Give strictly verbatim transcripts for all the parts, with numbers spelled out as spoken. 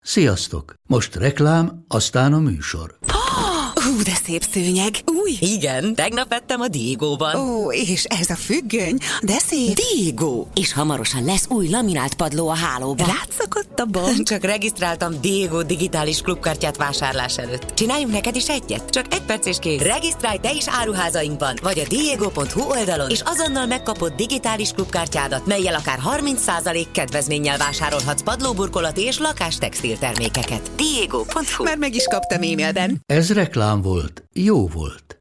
Sziasztok! Most reklám, aztán a műsor. Hú, de szép szőnyeg. Új? Igen, tegnap vettem a Diegóban. Ó, és ez a függöny, de szép. Diegó! És hamarosan lesz új laminált padló a hálóban. Rátszakadt a bank. Csak regisztráltam Diegó digitális klubkártyát vásárlás előtt. Csináljunk neked is egyet? Csak egy perc és kész. Regisztrálj te is áruházainkban, vagy a diego pont hu oldalon, és azonnal megkapod digitális klubkártyádat, mellyel akár harminc százalék kedvezménnyel vásárolhatsz padlóburkolati és lakástextil termékeket. diego pont hu. Már meg is kaptam e-mailben. Ez reklám volt, jó volt.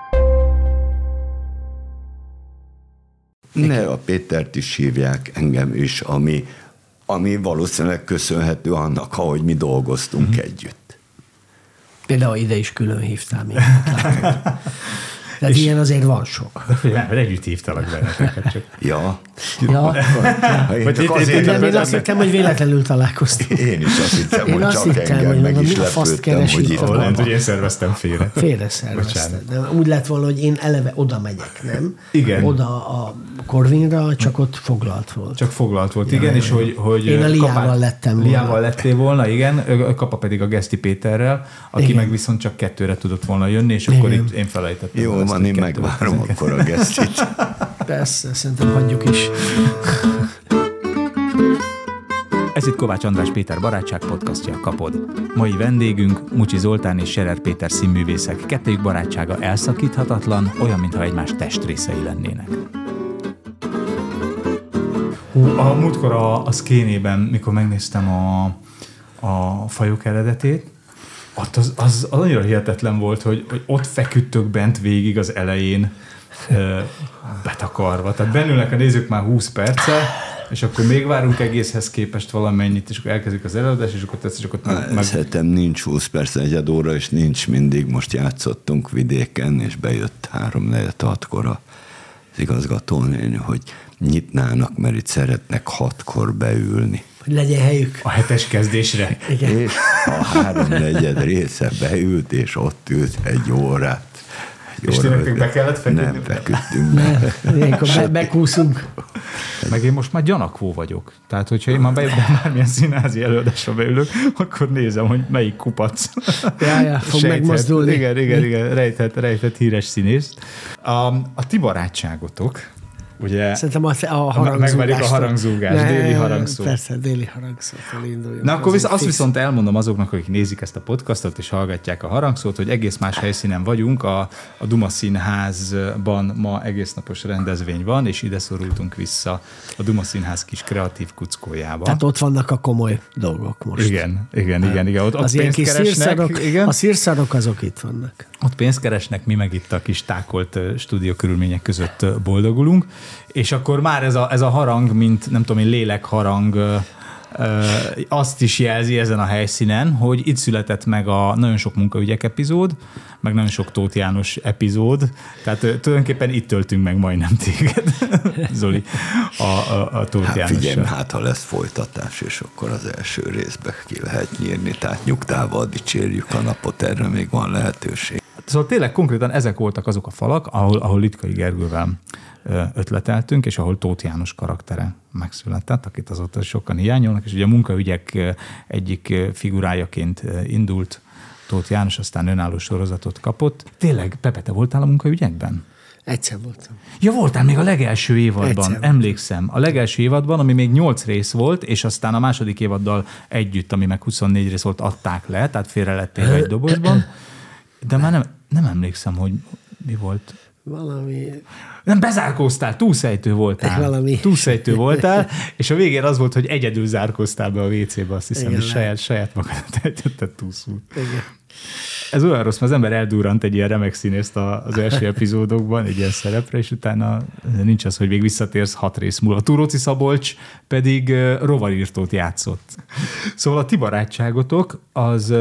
Ne, a Pétert is hívják, engem is, ami, ami valószínűleg köszönhető annak, ahogy mi dolgoztunk mm-hmm. együtt. Például ide is külön hívtál minket. Tehát ilyen azért van sok. Nem, együtt hívtalak benneteket csak. Ja. Ja. Én, csak azért, nem, én azt hittem, hogy véletlenül találkoztunk. Én is azt hittem, én hogy azt csak hittem, engem, hogy meg mondom, is mi a faszt lepődtem, hogy itt keresik. Lehet, hogy én szerveztem félre. Félre szervezted. De úgy lett volna, hogy én eleve oda megyek, nem? Igen. Oda a Corvinra, csak ott foglalt volt. Csak foglalt volt, igen, és hogy... hogy én a Liával kapát, lettem volna. Liával lettél volna, igen, Kapa pedig a Geszti Péterrel, aki igen. meg viszont csak kettőre tudott volna jönni, és akkor itt én felejtettem. Jó van, én megvárom akkor a Gesztit. Persze, szerintem hagyjuk is. Ez itt Kovács András Péter barátság podcastja, Kapod. Mai vendégünk Mucsi Zoltán és Scherer Péter színművészek. Kettőjük barátsága elszakíthatatlan, olyan, mintha egymás testrészei lennének. Hú, a múltkor a, a szkénében, mikor megnéztem a, a fajok eredetét, ott az, az, az annyira hihetetlen volt, hogy, hogy ott feküdtök bent végig az elején betakarva. Tehát bennülnek a nézők már húsz perce, és akkor még várunk egészhez képest valamennyit, és akkor elkezdjük az előadást, és akkor tesz, és akkor... Meg... meg... Szerintem nincs húsz perc, egy óra, és nincs mindig. Most játszottunk vidéken, és bejött három negyed hatkor az igazgatónéni, hogy nyitnának, mert itt szeretnek hatkor beülni. Hogy legyen helyük. A hetes kezdésre. Igen. És a háromnegyed része beült, és ott ült egy órát. És tényleg be kellett feküdni? Nem feküdtünk be. Ilyenkor be, bekúszunk. Meg én most már gyanakvó vagyok. Tehát, hogyha én már bejövök bármilyen színházi előadásra beülök, akkor nézem, hogy melyik kupac. Ja, ja, fog Sejthet. megmozdulni. Igen, igen, igen, rejtett, rejtett híres színész. A, a ti barátságotok, ugye... Szerintem a, a harangzúgást. Megverik a harangzúgást, déli harangszó. Persze, déli harangszótól induljunk. Na akkor az visz, azt fix. viszont elmondom azoknak, akik nézik ezt a podcastot és hallgatják a harangszót, hogy egész más helyszínen vagyunk, a, a Duma Színházban ma egésznapos rendezvény van, és ide szorultunk vissza a Duma Színház kis kreatív kuckójába. Tehát ott vannak a komoly dolgok most. Igen, igen, igen. igen. Ott, ott az ilyen kis szírszarok, igen. a szírszarok azok itt vannak. Ott pénzt keresnek, mi meg itt a kis tákolt stúdió körülmények között boldogulunk, és akkor már ez a, ez a harang, mint nem tudom én, lélekharang, azt is jelzi ezen a helyszínen, hogy itt született meg a nagyon sok munkaügyek epizód, meg nagyon sok Tóth János epizód, tehát tulajdonképpen itt töltünk meg majdnem téged, Zoli, a, a, a Tóth Hát Jánossal. figyelj, hát ha lesz folytatás, és akkor az első részbe ki lehet nyírni, tehát nyugtával dicsérjük a napot, erre még van lehetőség. Szóval tényleg konkrétan ezek voltak azok a falak, ahol, ahol Litkai Gergővel ötleteltünk, és ahol Tóth János karaktere megszületett, akit azóta sokan hiányolnak, és ugye a munkaügyek egyik figurájaként indult Tóth János, aztán önálló sorozatot kapott. Tényleg, Pepe, te voltál a munkaügyekben? Egyszer voltam. Ja, voltál még a legelső évadban, Egyszer emlékszem. A legelső évadban, ami még nyolc rész volt, és aztán a második évaddal együtt, ami meg huszonnégy rész volt, adták le, tehát félre lettél egy dobozban. De már nem, nem emlékszem, hogy mi volt. Valami... Nem, bezárkóztál, túlszejtő voltál. Valami. Túlszejtő voltál, és a végén az volt, hogy egyedül zárkóztál be a vécébe, azt hiszem, igen, és saját, saját magadat ejtetted túlszút. Igen. Ez olyan rossz, mert az ember eldurrant egy ilyen remek színészt az első epizódokban, egy ilyen szerepre, és utána nincs az, hogy még visszatérsz hat rész múlva. Túróci Szabolcs pedig rovarírtót játszott. Szóval a ti barátságotok az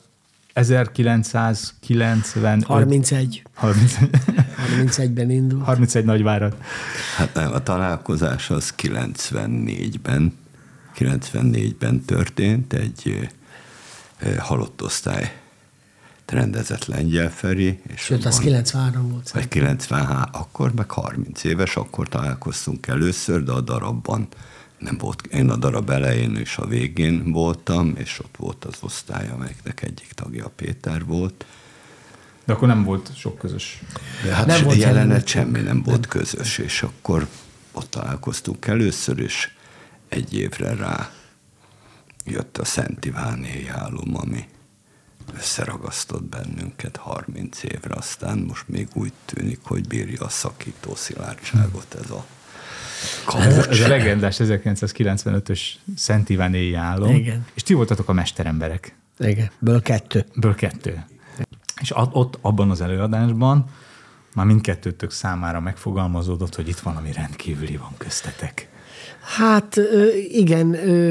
ezerkilencszázkilencvenöt harmincegy. harmincegy. harmincegyben indult. harmincegy Nagyvárad. Hát nem, a találkozás az kilencvennégyben, kilencvennégyben történt, egy e, halott osztály rendezett Lengyel Feri. És sőt, az kilencvenhárom volt. Vagy kilencvenhárom, akkor meg harminc éves, akkor találkoztunk először, de a darabban nem volt, én a darab elején és a végén voltam, és ott volt az osztály, amelyiknek egyik tagja Péter volt. De akkor nem volt sok közös. De hát Nem volt jelenet, jelenet, semmi nem volt közös, és akkor ott találkoztunk először, és egy évre rá jött a Szent Iván éjjálom, ami összeragasztott bennünket harminc évre, aztán most még úgy tűnik, hogy bírja a szakító szilárdságot ez a Ez, ez a legendás ezerkilencszázkilencvenötös Szent Iván éjjálom. Igen. És ti voltatok a mesteremberek. Igen, ből kettő. Ből kettő. És ott abban az előadásban már mindkettőtök számára megfogalmazódott, hogy itt valami rendkívüli van köztetek. Hát igen,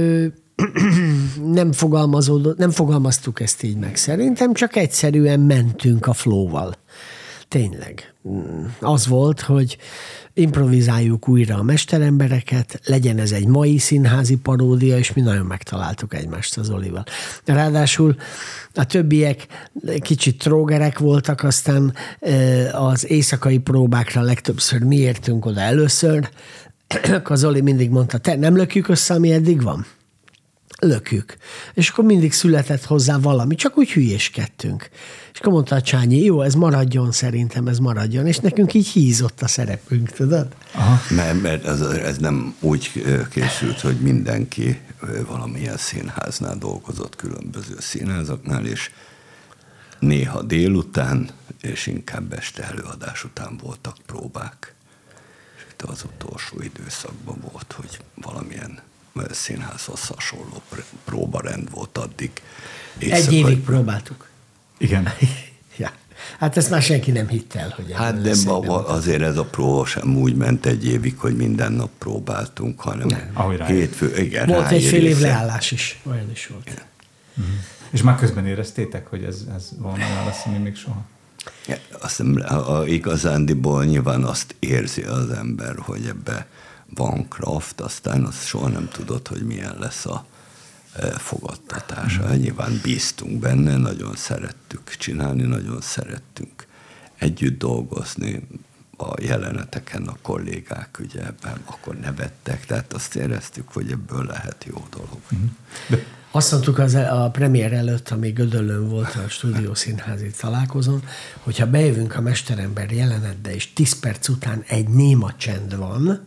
nem fogalmazódott, nem fogalmaztuk ezt így meg. Szerintem csak egyszerűen mentünk a flowval. Tényleg. Az volt, hogy improvizáljuk újra a mesterembereket, legyen ez egy mai színházi paródia, és mi nagyon megtaláltuk egymást az Olival. Ráadásul a többiek kicsit trógerek voltak, aztán az éjszakai próbákra legtöbbször mi értünk oda először, akkor az Oli mindig mondta, te nem lökjük össze, ami eddig van? Lökjük. És akkor mindig született hozzá valami, csak úgy hülyéskedtünk. És akkor mondta a Csányi, jó, ez maradjon szerintem, ez maradjon. És nekünk így hízott a szerepünk, tudod? Aha. Mert, mert ez, ez nem úgy készült, hogy mindenki valamilyen színháznál dolgozott, különböző színházaknál, és néha délután, és inkább este előadás után voltak próbák. És itt az utolsó időszakban volt, hogy valamilyen színházhoz hasonló próbarend volt addig. Egy évig próbáltuk. Igen. Ja. Hát ezt már senki nem hitt el, hogy... Hát de azért ez a próba sem úgy ment egy évig, hogy minden nap próbáltunk, hanem nem. hétfő, igen. Volt egy fél év leállás is, olyan is volt. Igen. Uh-huh. És már közben éreztétek, hogy ez, ez valami olyan lesz, ami még soha? Ja, azt nem, a, a igazándiból nyilván azt érzi az ember, hogy ebbe van kraft, aztán azt soha nem tudod, hogy milyen lesz a fogadtatása. Mm. Nyilván bíztunk benne, nagyon szerettük csinálni, nagyon szerettünk együtt dolgozni, a jeleneteken a kollégák ugye ebben akkor nevettek, tehát azt éreztük, hogy ebből lehet jó dolog. Mm. De azt mondtuk az, a premier előtt, ami Gödöllőn volt a stúdiószínházi találkozón, hogyha bejövünk a mesterember jelenetbe, és tíz perc után egy néma csend van,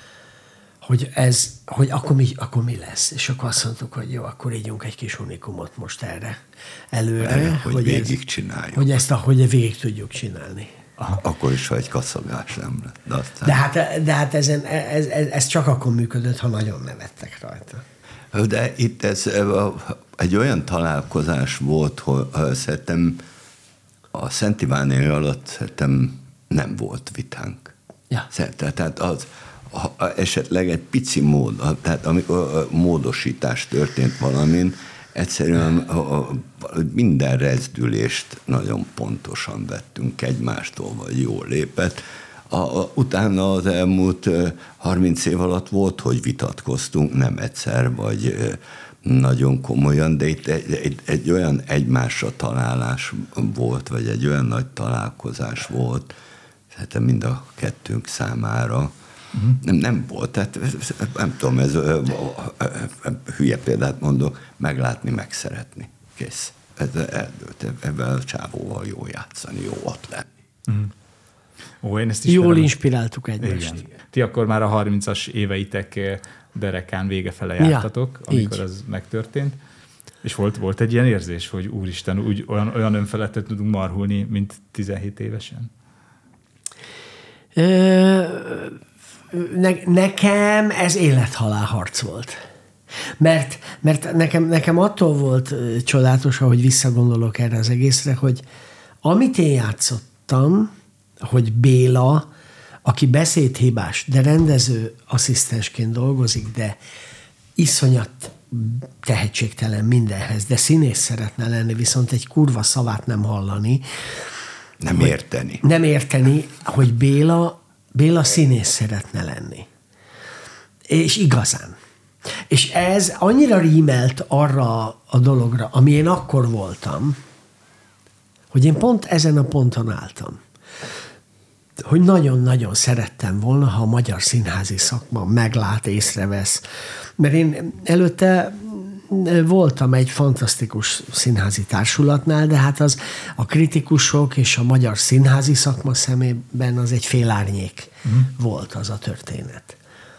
hogy ez, hogy akkor mi, akkor mi lesz. És akkor azt mondtuk, hogy jó, akkor ígyunk egy kis unikumot most erre előre. Erre, hogy, hogy végig ez, csináljuk. Hogy ezt, hogy végig tudjuk csinálni. Aha. Akkor is, ha egy kaszagás nem lett. De, aztán... de hát, de hát ezen, ez, ez, ez csak akkor működött, ha nagyon nevettek rajta. De itt ez egy olyan találkozás volt, hogy szerintem a Szent Iván alatt szerintem nem volt vitánk. Ja. Szerintem, tehát az ha esetleg egy pici mód, tehát amikor módosítás történt valamin, egyszerűen minden rezdülést nagyon pontosan vettünk egymástól, vagy jól lépett. A, a, utána az elmúlt harminc év alatt volt, hogy vitatkoztunk, nem egyszer, vagy nagyon komolyan, de itt egy, egy, egy olyan egymásra találás volt, vagy egy olyan nagy találkozás volt, tehát mind a kettőnk számára, Uh-huh. Nem, nem volt, tehát nem tudom, ez ö, ö, ö, ö, hülye példát mondok, meglátni, megszeretni. Kész. Ez eldőlt, ebben a csávóval jó játszani, jó ott lenni. Uh-huh. Ó, én ezt jól inspiráltuk egymást. Igen. Ti akkor már a harmincas éveitek derekán vége fele jártatok, ja, amikor így. Ez megtörtént. És volt, volt egy ilyen érzés, hogy úristen, úgy, olyan, olyan önfeledtet tudunk marhulni, mint tizenhét évesen? Ö... Ne, nekem ez élethalál harc volt. Mert, mert nekem, nekem attól volt csodálatos, ahogy visszagondolok erre az egészre, hogy amit én játszottam, hogy Béla, aki beszédhibás, de rendező asszisztensként dolgozik, de iszonyat tehetségtelen mindenhez, de színész szeretne lenni, viszont egy kurva szavát nem hallani. Nem érteni. Nem érteni, hogy Béla Béla színész szeretne lenni. És igazán. És ez annyira rímelt arra a dologra, ami én akkor voltam, hogy én pont ezen a ponton álltam. hogy nagyon-nagyon szerettem volna, ha a magyar színházi szakma meglát, észrevesz. Mert én előtte voltam egy fantasztikus színházi társulatnál, de hát az a kritikusok és a magyar színházi szakma szemében az egy félárnyék uh-huh. volt az a történet.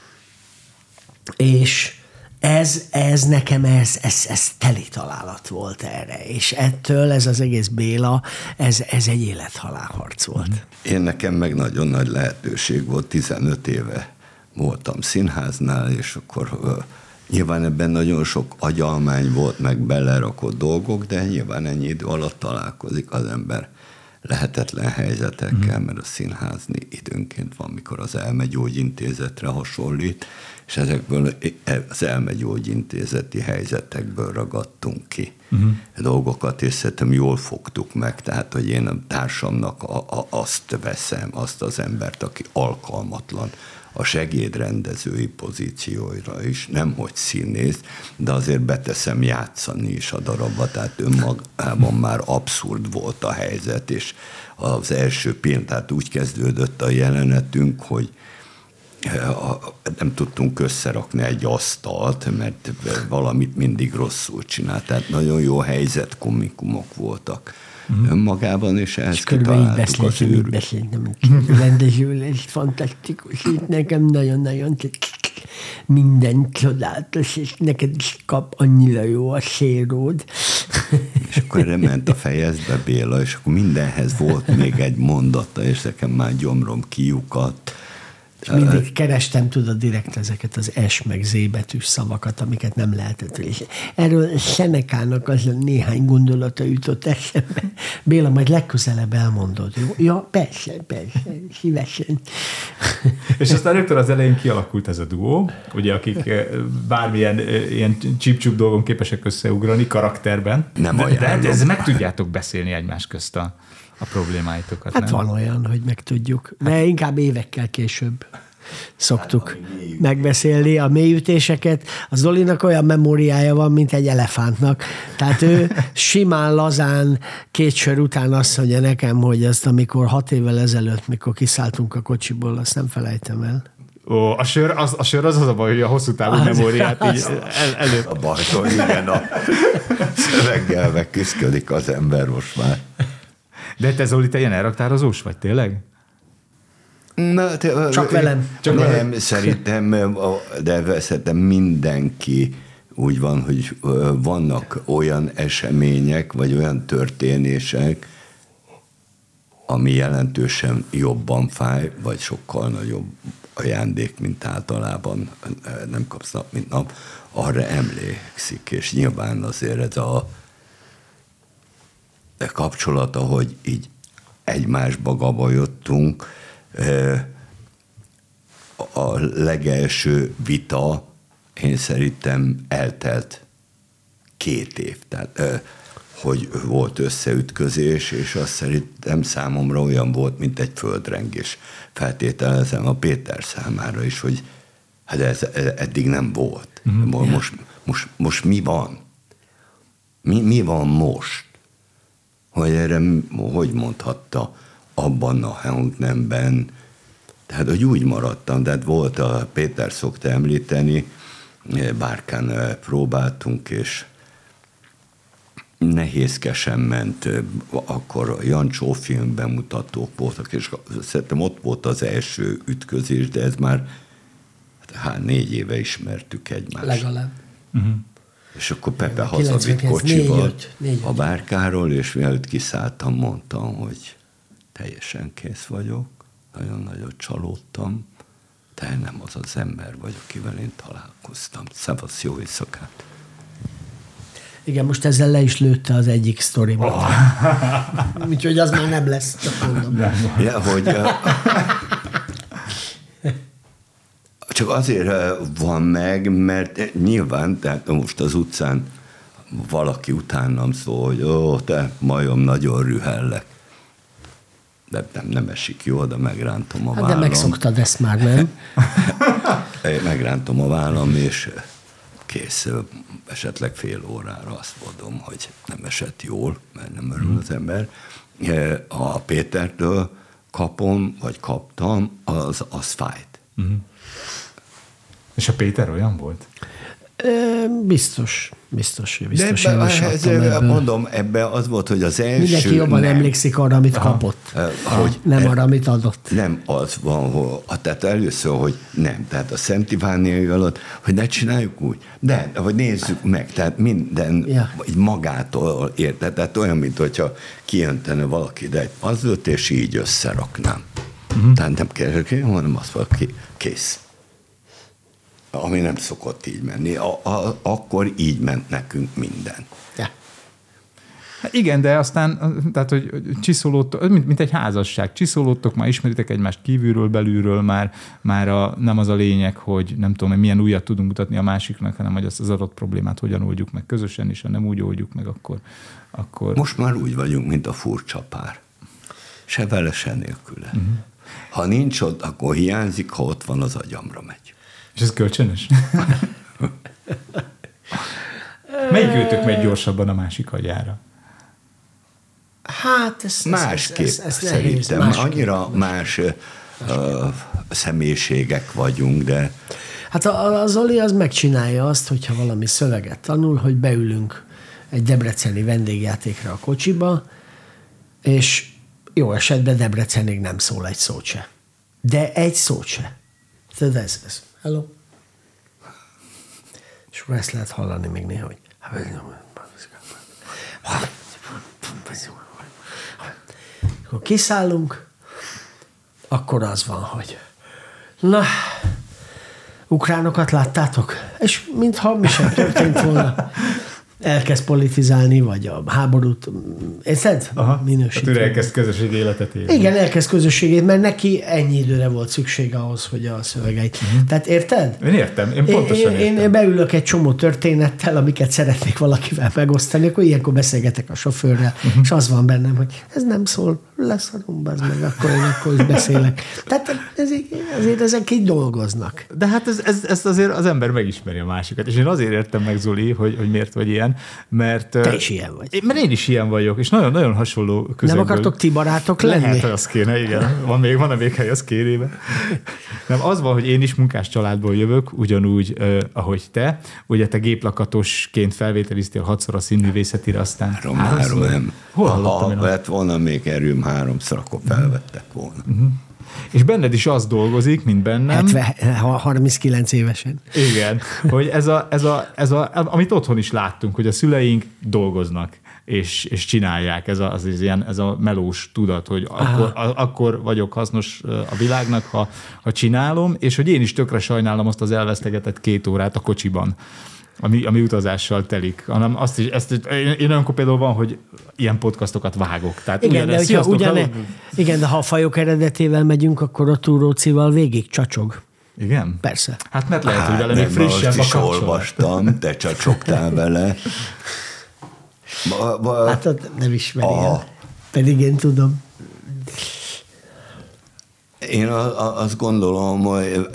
És ez, ez nekem, ez, ez, ez teli találat volt erre, és ettől ez az egész Béla, ez, ez egy élethalál harc volt. Én nekem meg nagyon nagy lehetőség volt, tizenöt éve voltam színháznál, és akkor nyilván ebben nagyon sok agyalmány volt, meg belerakott dolgok, de nyilván ennyi idő alatt találkozik az ember lehetetlen helyzetekkel, mert a színházni időnként van, mikor az elmegyógyintézetre hasonlít, és ezekből az elmegyógyintézeti helyzetekből ragadtunk ki uh-huh. dolgokat, és szerintem jól fogtuk meg, tehát, hogy én a társamnak a, a, azt veszem, azt az embert, aki alkalmatlan a segédrendezői pozícióira is, nem hogy színész, de azért beteszem játszani is a darabba, tehát önmagában már abszurd volt a helyzet, és az első pillanat, tehát úgy kezdődött a jelenetünk, hogy nem tudtunk összerakni egy asztalt, mert valamit mindig rosszul csinált. Tehát nagyon jó helyzetkomikumok voltak uh-huh. önmagában, és ehhez kitaláltuk az őrült. Így beszéltem, rendező lesz, fantasztikus, itt nekem nagyon-nagyon minden csodálatos, és neked is kap annyira jó a séród. És akkor erre ment a fejezbe Béla, és akkor mindenhez volt még egy mondata, és nekem már gyomrom kiukadt. És mindig kerestem, tudod, direkt ezeket az S meg Z betűs szavakat, amiket nem lehetett. És erről Senekának az néhány gondolata jutott eszembe. Béla, majd legközelebb elmondod, jó? Ja, persze, persze, szívesen. És aztán rögtön az elején kialakult ez a duó, ugye, akik bármilyen ilyen csíp-csúp dolgon képesek összeugrani karakterben. Nem de, de, de ezt meg tudjátok beszélni egymás közt a a problémáitokat. Hát nem? Van olyan, hogy meg tudjuk, de hát, inkább évekkel később szoktuk hát, megbeszélni a mélyütéseket. A Zolinak olyan memóriája van, mint egy elefántnak. Tehát ő simán, lazán, két sör után azt mondja nekem, hogy azt, amikor hat évvel ezelőtt, mikor kiszálltunk a kocsiból, azt nem felejtem el. Ó, a sör az a, sör az, az a baj, hogy a hosszú távú memóriát így el, előtt. A baj, hogy igen, a szöveggel megküszködik az ember most már. De te, Zoli, te ilyen elraktározós vagy, tényleg? Na, te, Csak velem. Csak nem, velem. Szerintem, de szerintem mindenki úgy van, hogy vannak olyan események, vagy olyan történések, ami jelentősen jobban fáj, vagy sokkal nagyobb ajándék, mint általában nem kapsz nap, mint nap, arra emlékszik, és nyilván azért ez a kapcsolata, hogy így egymásba gabajodtunk. A legelső vita, én szerintem eltelt két év, tehát hogy volt összeütközés, és azt szerintem számomra olyan volt, mint egy földrengés. Feltételezem a Péter számára is, hogy hát ez eddig nem volt. Mm-hmm. Most, most, most mi van? Mi, mi van most? Hogy erre, hogy mondhatta, abban a hangnemben, tehát, hogy úgy maradtam, tehát volt, a Péter szokta említeni, Bárkán próbáltunk, és nehézkesen ment, akkor a Jancsó film bemutatók voltak, és szerintem ott volt az első ütközés, de ez már hát négy éve ismertük egymást. Legalább. Uh-huh. És akkor Pepe hazavitt kocsival a Bárkáról, és mielőtt kiszálltam, mondtam, hogy teljesen kész vagyok, nagyon nagyot csalódtam, te nem az az ember vagy, akivel én találkoztam. Szevasz, jó éjszakát! Igen, most ezzel le is lőtte az egyik sztorimat. Oh. Úgyhogy az már nem lesz, csak mondom. Ja, hogy... Csak azért van meg, mert nyilván, tehát most az utcán valaki utánam szól, hogy ó, te majom, nagyon rühellek. De nem, nem esik jó, de megrántom a hát vállam. De megszoktad ezt már, nem? Megrántom a vállam, és kész, esetleg fél órára azt mondom, hogy nem esett jól, mert nem örül az ember. A Pétertől kapom, vagy kaptam, az, az fájt. Uh-huh. És a Péter olyan volt? Biztos, biztos, biztos. De ebbe, én is ez, ebből. mondom, ebbe az volt, hogy az első... Mindenki jobban nem, emlékszik arra, amit Aha. kapott. Hogy nem arra, amit adott. Nem az van, hogy, tehát először, hogy nem, tehát a Szent Ivániai alatt, hogy ne csináljuk úgy, de, hogy nézzük meg, tehát minden ja. így magától érte, tehát olyan, mint hogyha kijöntene valaki, de egy puzzle-t, és így összeraknám. Uh-huh. Tehát nem kell, hanem azt valaki, kész. Ami nem szokott így menni. A, a, akkor így ment nekünk minden. Ja. Hát igen, de aztán, tehát, hogy csiszolódtok, mint, mint egy házasság, csiszolódtok, már ismeritek egymást kívülről, belülről, már, már a, nem az a lényeg, hogy nem tudom, milyen újat tudunk mutatni a másiknak, hanem hogy azt az adott problémát hogyan oldjuk meg közösen, és ha nem úgy oldjuk meg, akkor... akkor... Most már úgy vagyunk, mint a furcsa pár. Se vele, se nélküle. Uh-huh. Ha nincs ott, akkor hiányzik, ha ott van, az agyamra megy. És ez kölcsönös? Melyik őtök megy gyorsabban a másik agyára? Hát ez... Másképp ez, ez, ez szerintem. Nehéz, másképp. Annyira más uh, személyiségek vagyunk, de... Hát a, a Zoli az megcsinálja azt, hogyha valami szöveget tanul, hogy beülünk egy debreceni vendégjátékra a kocsiba, és jó esetben Debrecenig nem szól egy szót se. De egy szót se. Tehát ez, ez. Hello? És akkor ezt lehet hallani még néha, hogy akkor kiszállunk, akkor az van, hogy na, ukránokat láttátok? És mintha mi sem történt volna. Elkezd politizálni, vagy a háborút, érted? Minősíteni. Hát ő elkezd közösségi életet élni. Igen, elkezd közösségét, mert neki ennyi időre volt szüksége ahhoz, hogy a szövegeit. Uh-huh. Tehát érted? Én értem, én pontosan én, értem. Én beülök egy csomó történettel, amiket szeretnék valakivel megosztani, akkor ilyenkor beszélgetek a sofőrrel, uh-huh. és az van bennem, hogy ez nem szól, leszarom, az meg, akkor én akkor is beszélek. Tehát ez, azért ezek így dolgoznak. De hát ez, ez, ez azért az ember megismeri a másikat. És én azért értem meg, Zoli, hogy, hogy miért vagy ilyen, mert... Te is ilyen vagy. Én, mert én is ilyen vagyok, és nagyon-nagyon hasonló közegből. Nem akartok ti barátok lenni? Lehet, hogy az kéne, igen. Van még, van még hely az kérében. Nem, az van, hogy én is munkás családból jövök, ugyanúgy, eh, ahogy te. Ugye te géplakatosként felvételiztél hatszor a színművészetire, aztán három, három nem. Hol ha lett volna még erőm háromszor, akkor felvettek volna. Uh-huh. És benned is az dolgozik, mint bennem. hetven, harminckilenc évesen. Igen, hogy ez a, ez a, ez a, amit otthon is láttunk, hogy a szüleink dolgoznak, és, és csinálják. Ez a, az ilyen, ez a melós tudat, hogy akkor, a, akkor vagyok hasznos a világnak, ha, ha csinálom, és hogy én is tökre sajnálom azt az elvesztegetett két órát a kocsiban, ami, ami utazással telik. Hanem azt is, ezt, én, én olyankor például van, hogy ilyen podcastokat vágok. Tehát igen, de hogyha ugyane, igen, de ha a fajok eredetével megyünk, akkor a túrócival végig csacsog. Igen? Persze. Hát mert lehet, hát, hogy vele még frissebb a kapcsolat. olvastam, te csacsogtál vele. Ba, ba, hát nem ismeri el. Pedig én tudom. Én azt gondolom, hogy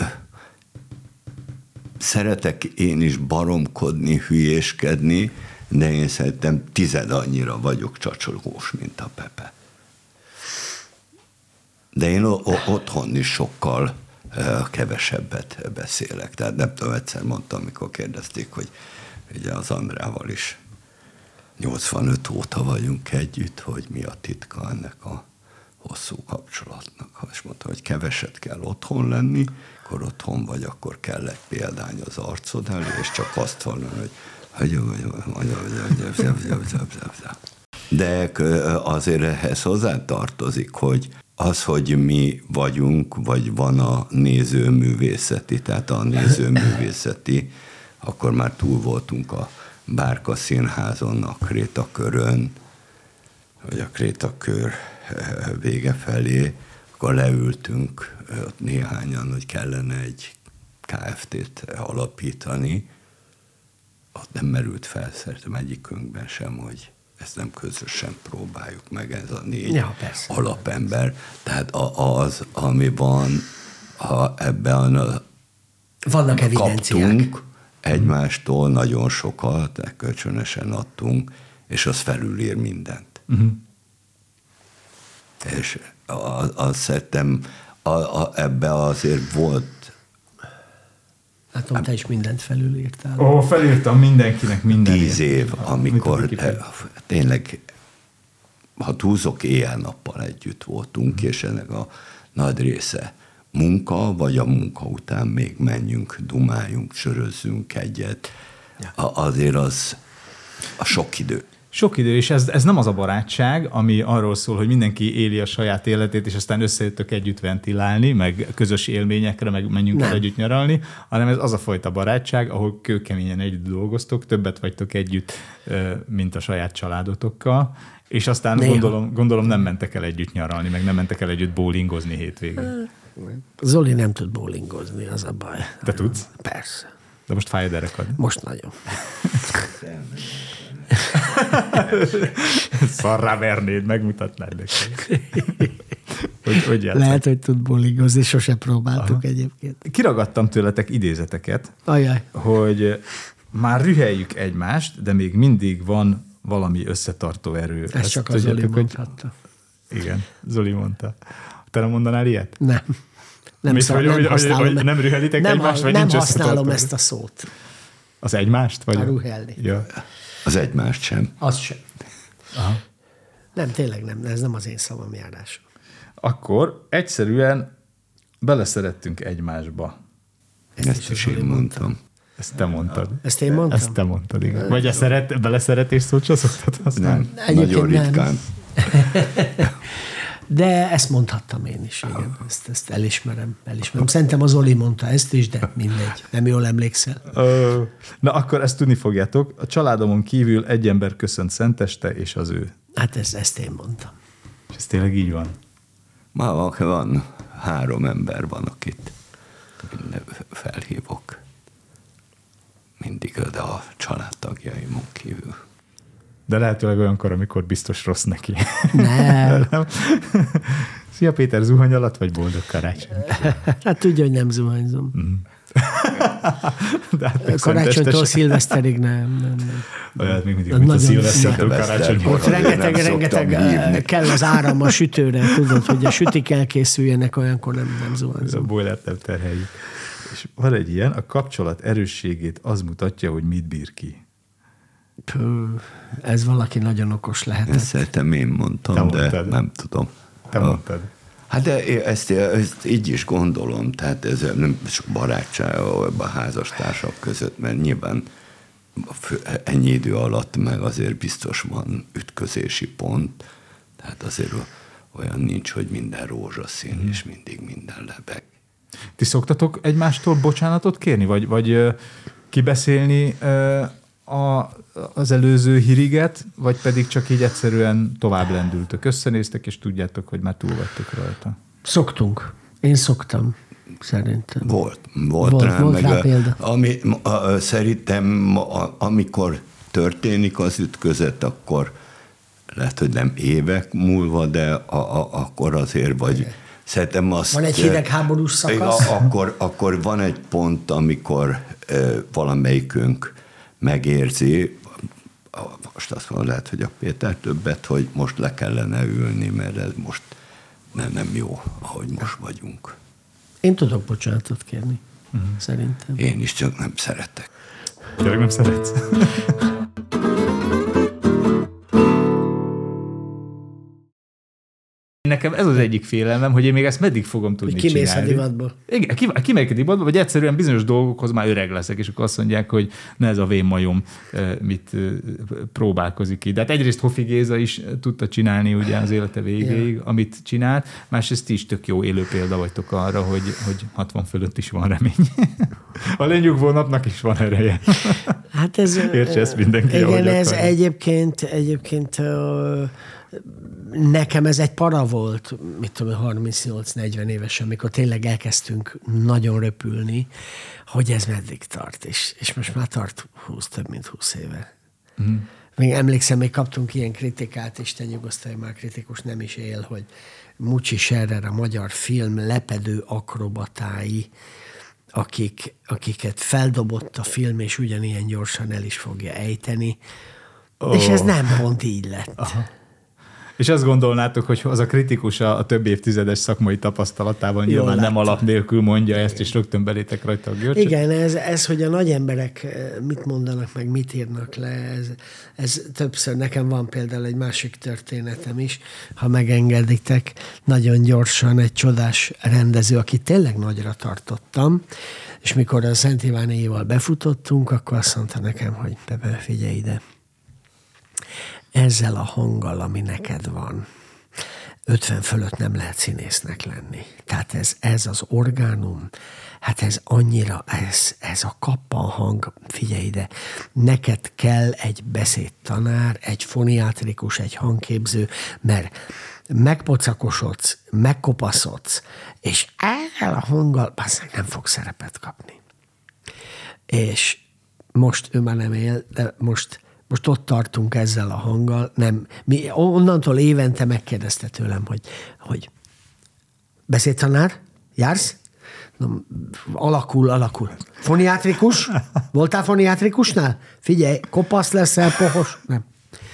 szeretek én is baromkodni, hülyéskedni, de én szerintem tized annyira vagyok csacsolgós, mint a Pepe. De én otthon is sokkal kevesebbet beszélek. Tehát nem tudom, egyszer mondtam, amikor kérdezték, hogy ugye az Andrával is nyolcvanöt óta vagyunk együtt, hogy mi a titka ennek a hosszú kapcsolatnak. És mondta, hogy keveset kell otthon lenni, akkor otthon vagy, akkor kell egy példány az arcod elé, és csak azt hallani, hogy de azért ehhez hozzátartozik, hogy az, hogy mi vagyunk, vagy van a nézőművészeti, tehát a nézőművészeti, akkor már túl voltunk a Bárka Színházon, a Krétakörön, vagy a Krétakör vége felé, akkor leültünk ott néhányan, hogy kellene egy ká ef té-t alapítani. Ott nem merült fel szerintem egyikünkben sem, hogy ezt nem közösen próbáljuk meg, ez a négy ja, alapember. Tehát az, ami van, ha ebben a, vannak evidenciák. Kaptunk egymástól nagyon sokat, kölcsönösen adtunk, és az felülír mindent. Uh-huh. És azt szerettem, a, a, ebbe azért volt Látom, te is mindent felülírtál. Ó, felírtam mindenkinek minden. tíz év, amikor tényleg, ha túlzok, éjjel-nappal együtt voltunk, mm. és ennek a nagy része munka, vagy a munka után még menjünk, dumáljunk, sörözzünk egyet. Ja. Azért az a sok idő. Sok idő, és ez, ez nem az a barátság, ami arról szól, hogy mindenki éli a saját életét, és aztán összejöttök együtt ventilálni, meg közös élményekre, meg menjünk el együtt nyaralni, hanem ez az a fajta barátság, ahol kőkeményen együtt dolgoztok, többet vagytok együtt, mint a saját családotokkal, és aztán gondolom, gondolom nem mentek el együtt nyaralni, meg nem mentek el együtt bowlingozni hétvégén. Zoli nem tud bowlingozni, az a baj. Te tudsz? Persze. De most fáj a derekad. Most nagyon. Szarrá vernéd, megmutatnád neki. hogy, hogy Lehet, hogy tud bowlingozni, sose próbáltuk Aha. egyébként. Kiragadtam tőletek idézeteket, Ajaj. hogy már rüheljük egymást, de még mindig van valami összetartó erő. Ez Ezt csak a Zoli mondhatta. Igen, Zoli mondta. Te nem mondanál ilyet? Nem. Nem, Mit, hogy, nem, hogy, hogy, hogy nem rühelitek nem, egymást, vagy nem nincs használom ezt a szót. Az egymást? Vagy a rühelni. Ja. Az egymást sem. Az sem. Aha. Nem, tényleg nem. Ez nem az én szavam járás. Akkor egyszerűen beleszerettünk egymásba. Ezt, ezt is én mondtam. mondtam. Ezt te mondtad. Ezt én mondtam? Ezt te mondtad, igen. Vagy a szeret, beleszeretés szót sem szoktad használni? Nem, nagyon ritkán. De ezt mondhattam én is, igen. Ezt, ezt elismerem, elismerem. Szerintem az Zoli mondta ezt is, de mindegy. Nem jól emlékszel. Na akkor ezt tudni fogjátok. A családomon kívül egy ember köszönt szenteste, és az ő. Hát ez, ezt én mondtam. És ez tényleg így van? Ma van, három ember van, akit felhívok. Mindig de a családtagjaimon kívül. De lehetőleg olyankor, amikor biztos rossz neki. Nem. Szia Péter, zuhany alatt, vagy boldog karácsony? Hát tudja, hogy nem zuhanyzom. Mm. Hát karácsonytól szilveszterig nem. nem, nem. Olyan, még mindig, mint a szilvesztertől karácsony. Ott rengeteg, rengeteg kell az áram a sütőre, tudod, hogy a sütik elkészüljenek, olyankor nem, nem zuhanyzom. A boilert nem terheljük. És van egy ilyen, a kapcsolat erősségét az mutatja, hogy mit bír ki. Pö, ez valaki nagyon okos lehetett. Ezt szerintem én mondtam, Te de mondtad. nem tudom. Te a, mondtad. Hát de ezt, ezt így is gondolom, tehát ez nem csak barátság a házastársak között, mert nyilván ennyi idő alatt meg azért biztos van ütközési pont, tehát azért olyan nincs, hogy minden rózsaszín, hmm. és mindig minden lebeg. Ti szoktatok egymástól bocsánatot kérni, vagy, vagy kibeszélni a, az előző hiriget, vagy pedig csak így egyszerűen tovább lendültök, összenéztek, és tudjátok, hogy már túl vagytok rajta? Szoktunk. Én szoktam, szerintem. Volt. Volt, volt rá, volt meg rá a, példa. Ami, a, szerintem, a, amikor történik az ütközet, akkor lehet, hogy nem évek múlva, de a, a, akkor azért vagy... Szerintem azt, van egy hidegháborús szakasz? Akkor, akkor van egy pont, amikor e, valamelyikünk megérzi, most azt mondom, lehet, hogy a Péter többet, hogy most le kellene ülni, mert ez most nem, nem jó, ahogy most vagyunk. Én tudok bocsánatot kérni, uh-huh. szerintem. Én is, csak nem szeretek. Tényleg nem szeretsz? Nekem ez az egyik félelmem, hogy én még ezt meddig fogom tudni hogy kimész csinálni. a divatból. Igen, kimegyek a divatból, vagy egyszerűen bizonyos dolgokhoz már öreg leszek, és akkor azt mondják, hogy ne ez a vén majom mit próbálkozik ki. De hát egyrészt Hofi Géza is tudta csinálni ugye az élete végéig, ja. amit csinált, másrészt ti is tök jó élő példa vagytok arra, hogy, hogy hatvan fölött is van remény. A lenyugvó napnak is van ereje. Hát ez... Értse ezt mindenki, igen, ez akarja. egyébként, egyébként nekem ez egy para volt, mit tudom, harmincnyolc-negyven évesen, amikor tényleg elkezdtünk nagyon röpülni, hogy ez meddig tart, és, és most már tart húsz, több mint húsz éve. Mm. Még emlékszem, még kaptunk ilyen kritikát, és te nyugosztalj, már kritikus nem is él, hogy Mucsi Scherrer, a magyar film lepedő akrobatái, akik, akiket feldobott a film, és ugyanilyen gyorsan el is fogja ejteni, oh. és ez nem pont így lett. Aha. És azt gondolnátok, hogy az a kritikus a, a több évtizedes szakmai tapasztalatában Jól nyilván nem látta. alap nélkül mondja ezt, és rögtön belétek rajta a görcsöt. Igen, ez, ez, hogy a nagy emberek mit mondanak, meg mit írnak le, ez, ez többször, nekem van például egy másik történetem is, ha megengeditek, nagyon gyorsan egy csodás rendező, akit tényleg nagyra tartottam, és mikor a Szent Ivánéival befutottunk, akkor azt mondta nekem, hogy Pepe, figyelj ide, ezzel a hanggal, ami neked van, ötven fölött nem lehet színésznek lenni. Tehát ez, ez az orgánum, hát ez annyira, ez, ez a kappan hang, figyelj ide, neked kell egy beszédtanár, egy foniátrikus, egy hangképző, mert megpocakosodsz, megkopaszodsz, és ezzel a hanggal basszeg nem fog szerepet kapni. És most ő már nem él, de most Most ott tartunk ezzel a hanggal. Nem, mi onnantól évente megkérdezte tőlem, hogy, hogy beszédtanár, jársz? No, alakul, alakul. Foniátrikus? Voltál foniátrikusnál? Figyelj, kopasz leszel, pohos? Nem.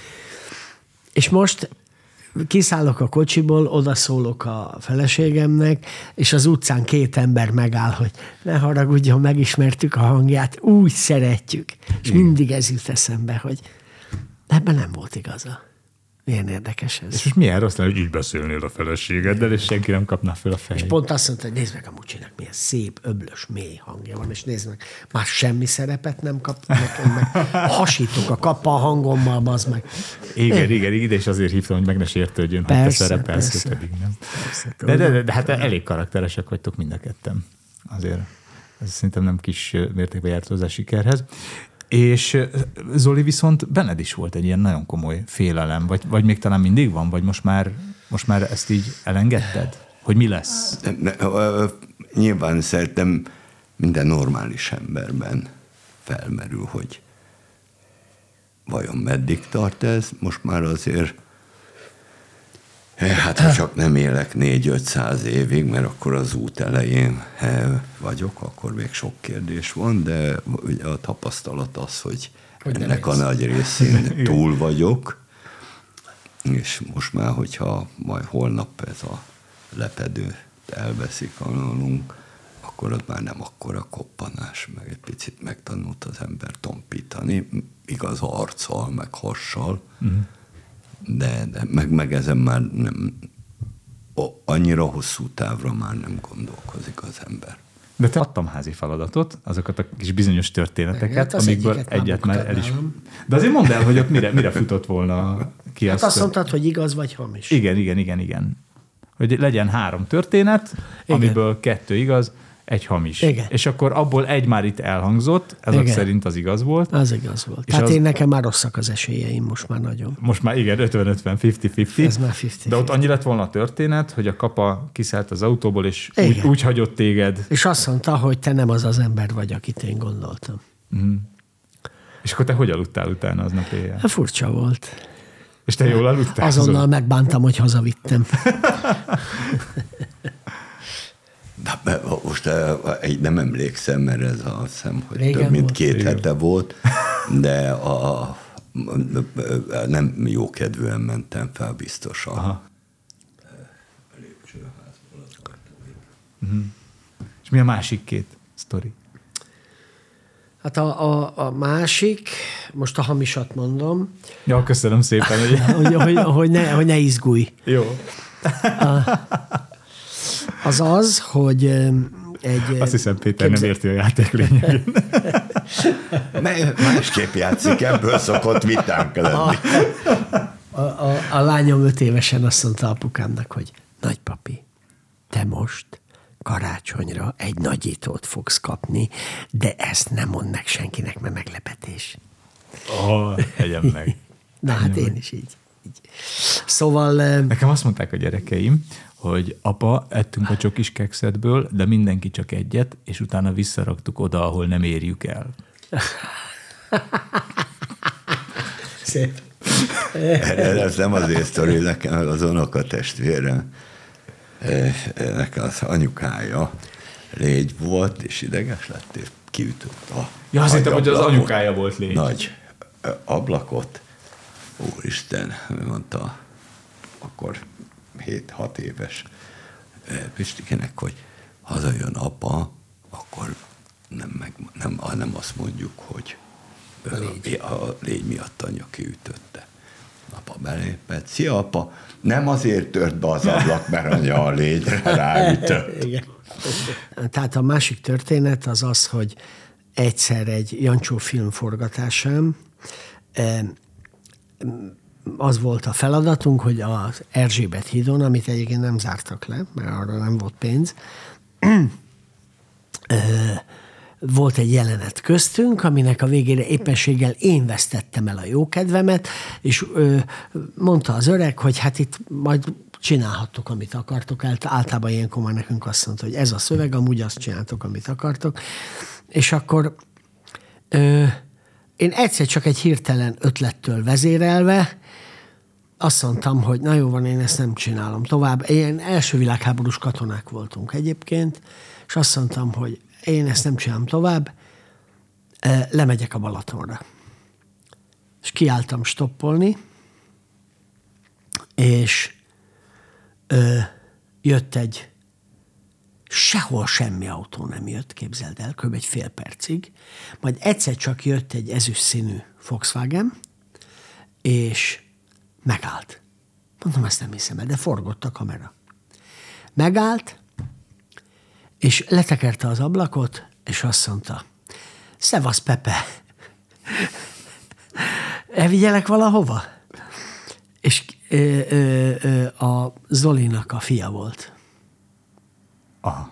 És most kiszállok a kocsiból, odaszólok a feleségemnek, és az utcán két ember megáll, hogy ne haragudjon, megismertük a hangját, úgy szeretjük. És mindig ez jut eszembe, hogy ebben nem volt igaza. Milyen érdekes ez. És most milyen rossz lenne, hogy így beszélnél a feleségeddel, és senki nem kapná fel a fejét. És pont azt mondta, hogy nézd meg a Mucsinak, milyen szép, öblös, mély hangja van, és nézd meg, már semmi szerepet nem kap nekem, meg hasítok a kappa a hangommal, bazd meg. Igen, igen, ide is azért hívtam, hogy meg ne sértődjön, hogy te szerepelsz, pedig nem. Persze, de, de, de, de hát elég karakteresek vagytok mind a ketten. Azért ez szerintem nem kis mértékben járt hozzá sikerhez. És Zoli, viszont benned is volt egy ilyen nagyon komoly félelem, vagy, vagy még talán mindig van, vagy most már, most már ezt így elengedted? Hogy mi lesz? De, de, nyilván szerintem minden normális emberben felmerül, hogy vajon meddig tart ez? Most már azért, hát ha csak nem élek négy-ötszáz évig, mert akkor az út elején vagyok, akkor még sok kérdés van, de ugye a tapasztalat az, hogy, hogy ennek a nagy részén túl vagyok, és most már, hogyha majd holnap ez a lepedő elveszik alólunk, akkor az már nem akkora koppanás, meg egy picit megtanult az ember tompítani, igaz arccal, meg hassal, uh-huh. de, de meg, meg ezen már nem, annyira hosszú távra már nem gondolkozik az ember. De te adtam házi feladatot, azokat a kis bizonyos történeteket, hát amikből egyet már el is... De azért mondd el, hogy ott mire, mire futott volna ki hát azt. azt mondtad, hogy igaz vagy hamis. Igen, igen, igen, igen. Hogy legyen három történet, igen. amiből kettő igaz, egy hamis. Igen. És akkor abból egy már itt elhangzott, ezek igen. szerint az igaz volt. Az igaz volt. És Tehát az... én nekem már rosszak az esélyeim most már nagyon. Most már igen, ötven-ötven, ötven-ötven. Ez már ötven-ötven. De ott annyi lett volna a történet, hogy a kapa kiszállt az autóból, és úgy, úgy hagyott téged. És azt mondta, hogy te nem az az ember vagy, akit én gondoltam. Mm. És akkor te hogy aludtál utána aznap éjjel? Hát furcsa volt. És te jól aludtál? Azonnal megbántam, hogy hazavittem. De most nem emlékszem, mert ez a szem, hogy régen több mint volt. két régen. hete volt, de a, nem jó kedvűen mentem fel biztosan. Aha. Uh-huh. És mi a másik két sztori? Hát a, a, a másik, most a hamisat mondom, Ja, köszönöm szépen. Hogy, hogy, hogy, hogy, ne, hogy ne izgulj. Jó. Az az, hogy egy... Azt hiszem, Péter képzel... nem érti a játék lényegét. Másképp játszik, ebből szokott vitánk lenni. A, a, a lányom öt évesen azt mondta apukámnak, hogy nagypapi, te most karácsonyra egy nagyítót fogsz kapni, de ezt nem mondd meg senkinek, mert meglepetés. Oh, egyen meg. Na hát én is így. így. Szóval... Nekem azt mondták a gyerekeim, hogy apa, ettünk a csokis kekszedből, de mindenki csak egyet, és utána visszaraktuk oda, ahol nem érjük el. Szép. Ez nem azért sztori, nekem az unokatestvérem, nekem az anyukája légy volt, és ideges lett, és kiütött a Ja, azt hittem, hogy az ablakot. anyukája volt légy. Nagy ablakot. Úristen, mondta akkor hét-hat éves Pistikének, hogy hazajön apa, akkor nem, meg, nem, nem azt mondjuk, hogy a légy, a légy miatt anyja kiütötte. Apa belépett. Szia, apa! Nem azért tört be az ablak, mert anya a légyre ráütött. Igen. Tehát a másik történet az az, hogy egyszer egy Jancsó film forgatásán az volt a feladatunk, hogy az Erzsébet hídon, amit egyébként nem zártak le, mert arra nem volt pénz, volt egy jelenet köztünk, aminek a végére éppenséggel én vesztettem el a jókedvemet, és mondta az öreg, hogy hát itt majd csinálhattok, amit akartok. Általában ilyenkor már nekünk azt mondta, hogy ez a szöveg, amúgy azt csináltok, amit akartok. És akkor ö, én egyszer csak egy hirtelen ötlettől vezérelve azt mondtam, hogy na jó van, én ezt nem csinálom tovább. Ilyen első világháborús katonák voltunk egyébként, és azt mondtam, hogy én ezt nem csinálom tovább, lemegyek a Balatonra. És kiálltam stoppolni, és ö, jött egy, sehol semmi autó nem jött, képzeld el, kb. Egy fél percig, majd egyszer csak jött egy ezüst színű Volkswagen, és megállt. Mondom, ezt nem hiszem el, de forgott a kamera. Megállt, és letekerte az ablakot, és azt mondta, szevasz, Pepe, elvigyelek valahova? És ö, ö, ö, a Zolinak a fia volt. Aha.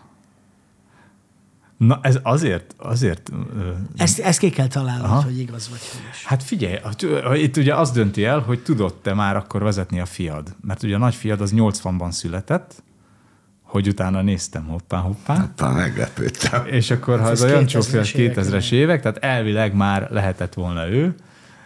Na, ez azért, azért... Ö, ezt, ezt ki kell találnod, aha, hogy igaz vagy hős. Hát figyelj, itt ugye az dönti el, hogy tudod-e már akkor vezetni a fiad. Mert ugye a nagyfiad az nyolcvanban született, hogy utána néztem hoppá, hoppá. Hoppá, meglepődtem. És akkor, ha ez a Jancsó-féle kétezres évek, tehát elvileg már lehetett volna ő,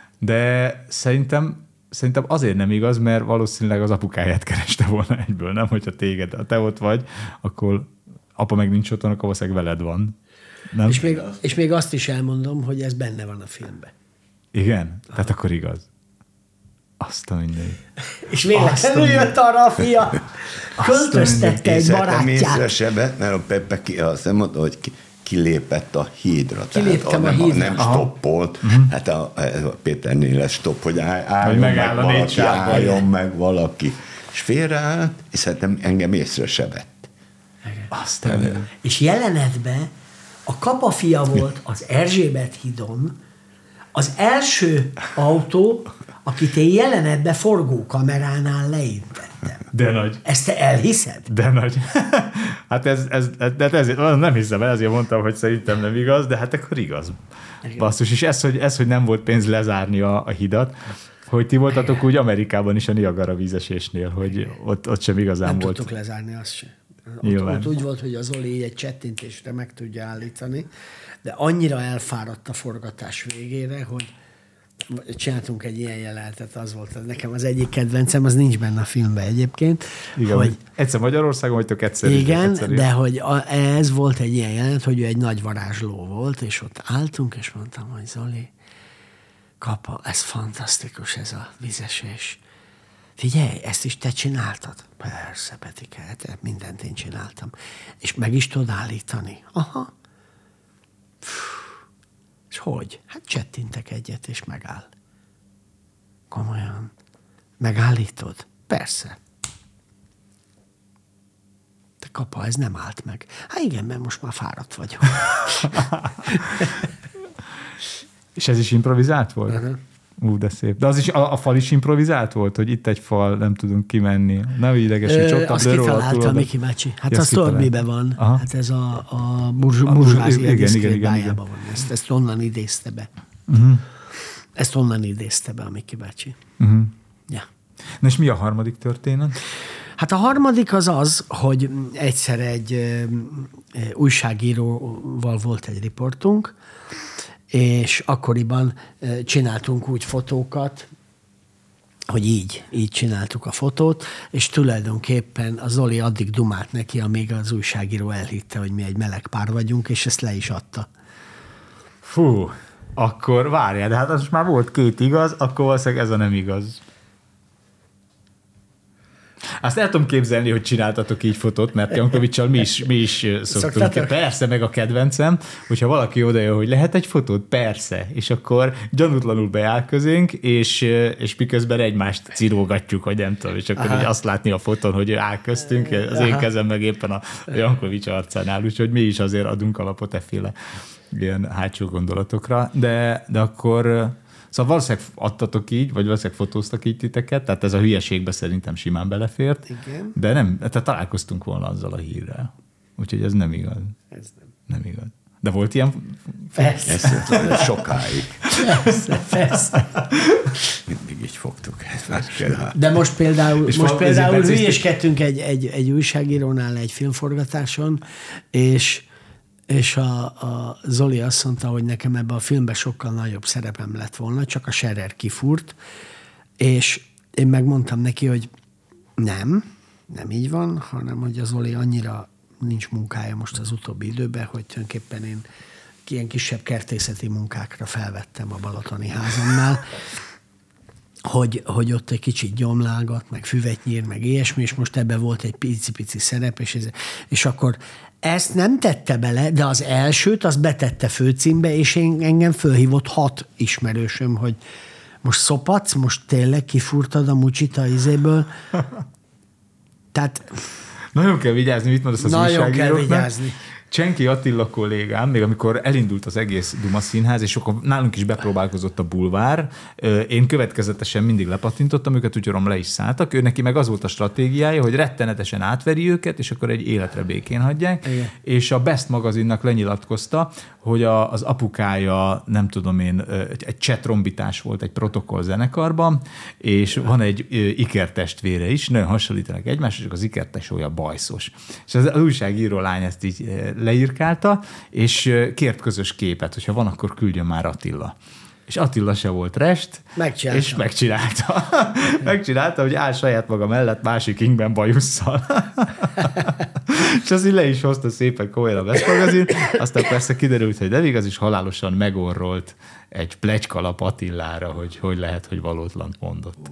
de szerintem, szerintem azért nem igaz, mert valószínűleg az apukáját kereste volna egyből, nem? Hogyha téged, ha te ott vagy, akkor apa meg nincs otthon, akkor valószínűleg veled van. Nem? És még, és még azt is elmondom, hogy ez benne van a filmben. Igen? Aha. Tehát akkor igaz. Azt a mindegy. És véletlenül jött arra a fia, költöztette egy barátját. Sebet, mert a Pepe ki, azt nem mondta, hogy ki, kilépett a hídra. Kiléptem tehát, a hídra. Nem aha, stoppolt. Uh-huh. Hát a, a Péternél lesz stopp, hogy áll, álljon meg valaki, álljon meg valaki. És félreállt, és szerintem engem észre se vett. Azt és jelenetben a Kapa fia volt az Erzsébet hídon, az első autó, akit én jelenetben forgókameránál leintettem. De nagy. Ezt te elhiszed? De nagy. Hát ez, ez, ez, ez nem hiszem el, ezért mondtam, hogy szerintem nem igaz, de hát akkor igaz. Igen. Basszus, és ez hogy, ez, hogy nem volt pénz lezárni a, a hidat, hogy ti voltatok igen, úgy Amerikában is a Niagara vízesésnél, hogy ott, ott sem igazán nem volt. Nem tudtuk lezárni azt sem. Ott, ott úgy volt, hogy az Oli egy csettintésre meg tudja állítani, de annyira elfáradt a forgatás végére, hogy csináltunk egy ilyen jelenetet, az volt nekem az egyik kedvencem, az nincs benne a filmben egyébként. Igen, hogy egyszer Magyarországon vagytok, egyszer igen, egyszer de hogy a, ez volt egy ilyen jelenet, hogy ő egy nagy varázsló volt, és ott álltunk, és mondtam, hogy Zoli, Kapa, ez fantasztikus, ez a vízesés. Figyelj, ezt is te csináltad? Persze, Petike, hát mindent én csináltam. És meg is tudod állítani? Aha. És hogy? Hát csettintek egyet, és megáll. Komolyan. Megállítod? Persze. Te Kapa, ez nem állt meg. Hát igen, mert most már fáradt vagyok. És ez is improvizált volt? Uh-huh. Ú, de szép. De az is, a, a fal is improvizált volt, hogy itt egy fal, nem tudunk kimenni. Nem idegesíts, ott a azt kitalálta Miki bácsi. Hát ja, az tudod, miben van. Aha. Hát ez a, a burzsázia diszkrétbájában van. Ezt, ezt onnan idézte be. Uh-huh. Ezt onnan idézte be a Miki bácsi. Uh-huh. Ja. Na és mi a harmadik történet? Hát a harmadik az az, hogy egyszer egy ö, újságíróval volt egy riportunk, és akkoriban csináltunk úgy fotókat, hogy így, így csináltuk a fotót, és tulajdonképpen a Zoli addig dumált neki, amíg az újságíró elhitte, hogy mi egy meleg pár vagyunk, és ezt le is adta. Fú, akkor várjál, de hát az már volt két igaz, akkor valószínűleg ez a nem igaz. Azt el tudom képzelni, hogy csináltatok így fotót, mert Jankovics-sal mi is, mi is szoktunk. Szoktatok? Persze, meg a kedvencem, hogyha valaki odajön, hogy lehet egy fotót? Persze. És akkor gyanútlanul beáll közénk, és, és miközben egymást cirógatjuk, hogy nem tudom, és akkor így azt látni a fotón, hogy ő áll köztünk, az én kezem meg éppen a Jankovics arcánál, úgyhogy mi is azért adunk alapot efféle ilyen hátsó gondolatokra, de, de akkor szóval valószínűleg adtatok így, vagy valószínűleg fotóztak így titeket, tehát ez a hülyeségbe szerintem simán belefért, Igen. de nem, tehát találkoztunk volna azzal a hírrel. Úgyhogy ez nem igaz. Ez nem. Nem igaz. De volt ilyen? Persze. Ez sokáig. Persze, persze. Mindig így fogtuk ezt. De most például, És most val- például ezért hülyeskedtünk egy, egy, egy újságírónál egy filmforgatáson, és és a, a Zoli azt mondta, hogy nekem ebben a filmben sokkal nagyobb szerepem lett volna, csak a Scherer kifúrt, és én megmondtam neki, hogy nem, nem így van, hanem hogy a Zoli annyira nincs munkája most az utóbbi időben, hogy tulajdonképpen én ilyen kisebb kertészeti munkákra felvettem a Balatoni házamnál, hogy, hogy ott egy kicsit gyomlálgat, meg füvet nyír, meg ilyesmi, és most ebben volt egy pici-pici szerep, és, ez, és akkor ezt nem tette bele, de az elsőt az betette főcímbe, és én, engem fölhívott hat ismerősöm, hogy most szopadsz, most tényleg kifúrtad a mucsit a izéből. Tehát Nagyon kell vigyázni, mit mondasz az nagyon kell újságíróknak. vigyázni. Csenki Attila kollégám, még amikor elindult az egész Duma Színház, és akkor nálunk is bepróbálkozott a bulvár, én következetesen mindig lepatintottam őket, úgyhogy le is szálltak. Ő neki meg az volt a stratégiája, hogy rettenetesen átveri őket, és akkor egy életre békén hagyják. Igen. És a Best magazinnak lenyilatkozta, hogy a, az apukája, nem tudom én, egy csetrombitás volt egy protokoll zenekarban, és van egy ikertestvére is, nagyon hasonlítanak egymásra, csak az ikertesója bajszos. És az újságíró lány ezt így leírkálta, és kért közös képet, hogyha van, akkor küldjön már Attila. És Attila se volt rest, Megcsinálta. és megcsinálta. megcsinálta, hogy áll saját maga mellett másik ingben bajusszal. és azt így le is hozta szépen komolyan a Best magazin, aztán persze kiderült, hogy nem igaz, és halálosan megorrolt egy pletykalap Attilára, hogy hogy lehet, hogy valótlant mondott.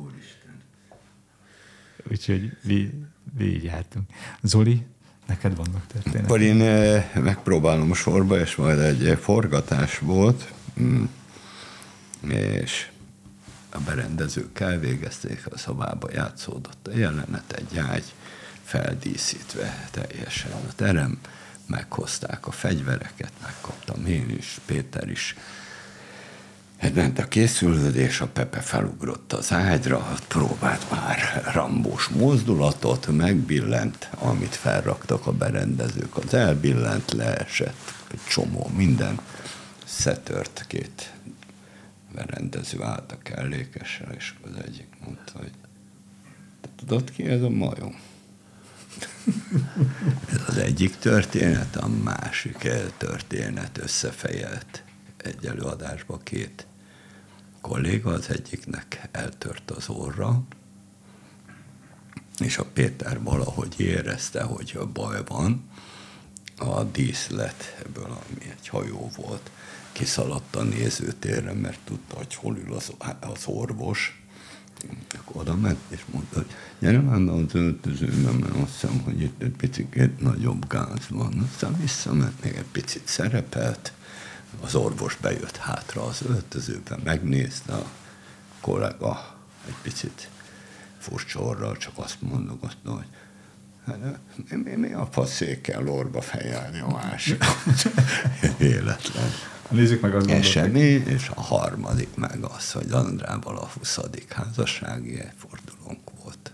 Úgyhogy mi, mi így jártunk. Zoli, neked vannak történetek? Akkor én eh, megpróbálom sorba, és majd egy forgatás volt, és a berendezők elvégezték, a szobába játszódott a jelenet, egy ágy feldíszítve teljesen a terem, meghozták a fegyvereket, megkaptam én is, Péter is. Ment a készülődés, a Pepe felugrott az ágyra, próbált már rambós mozdulatot, megbillent, amit felraktak a berendezők, az elbillent, leesett, egy csomó minden, szetört két berendező állt a kellékessel, és az egyik mondta, hogy te tudod ki ez a majom? Ez az egyik történet, a másik történet összefejelt egy előadásba két kolléga, az egyiknek eltört az orra, és a Péter valahogy érezte, hogy baj van, a díszlet ebből, ami egy hajó volt, kiszaladt a nézőtérre, mert tudta, hogy hol ül az, az orvos. Akkor oda ment, és mondta, hogy gyere már be az öltözőbe, mert azt hiszem, hogy itt egy picit nagyobb gáz van. Aztán visszament, még egy picit szerepelt, az orvos bejött hátra az öltözőbe, megnézte a kollega egy picit furcsa orral, csak azt mondogatta, hogy hát, mi, mi, mi a faszékkel orba fejelni a másikat. Véletlen. Nézzük meg, azt gondolták. Semmi, és a harmadik meg az, hogy Andrával a huszadik házassági fordulónk volt.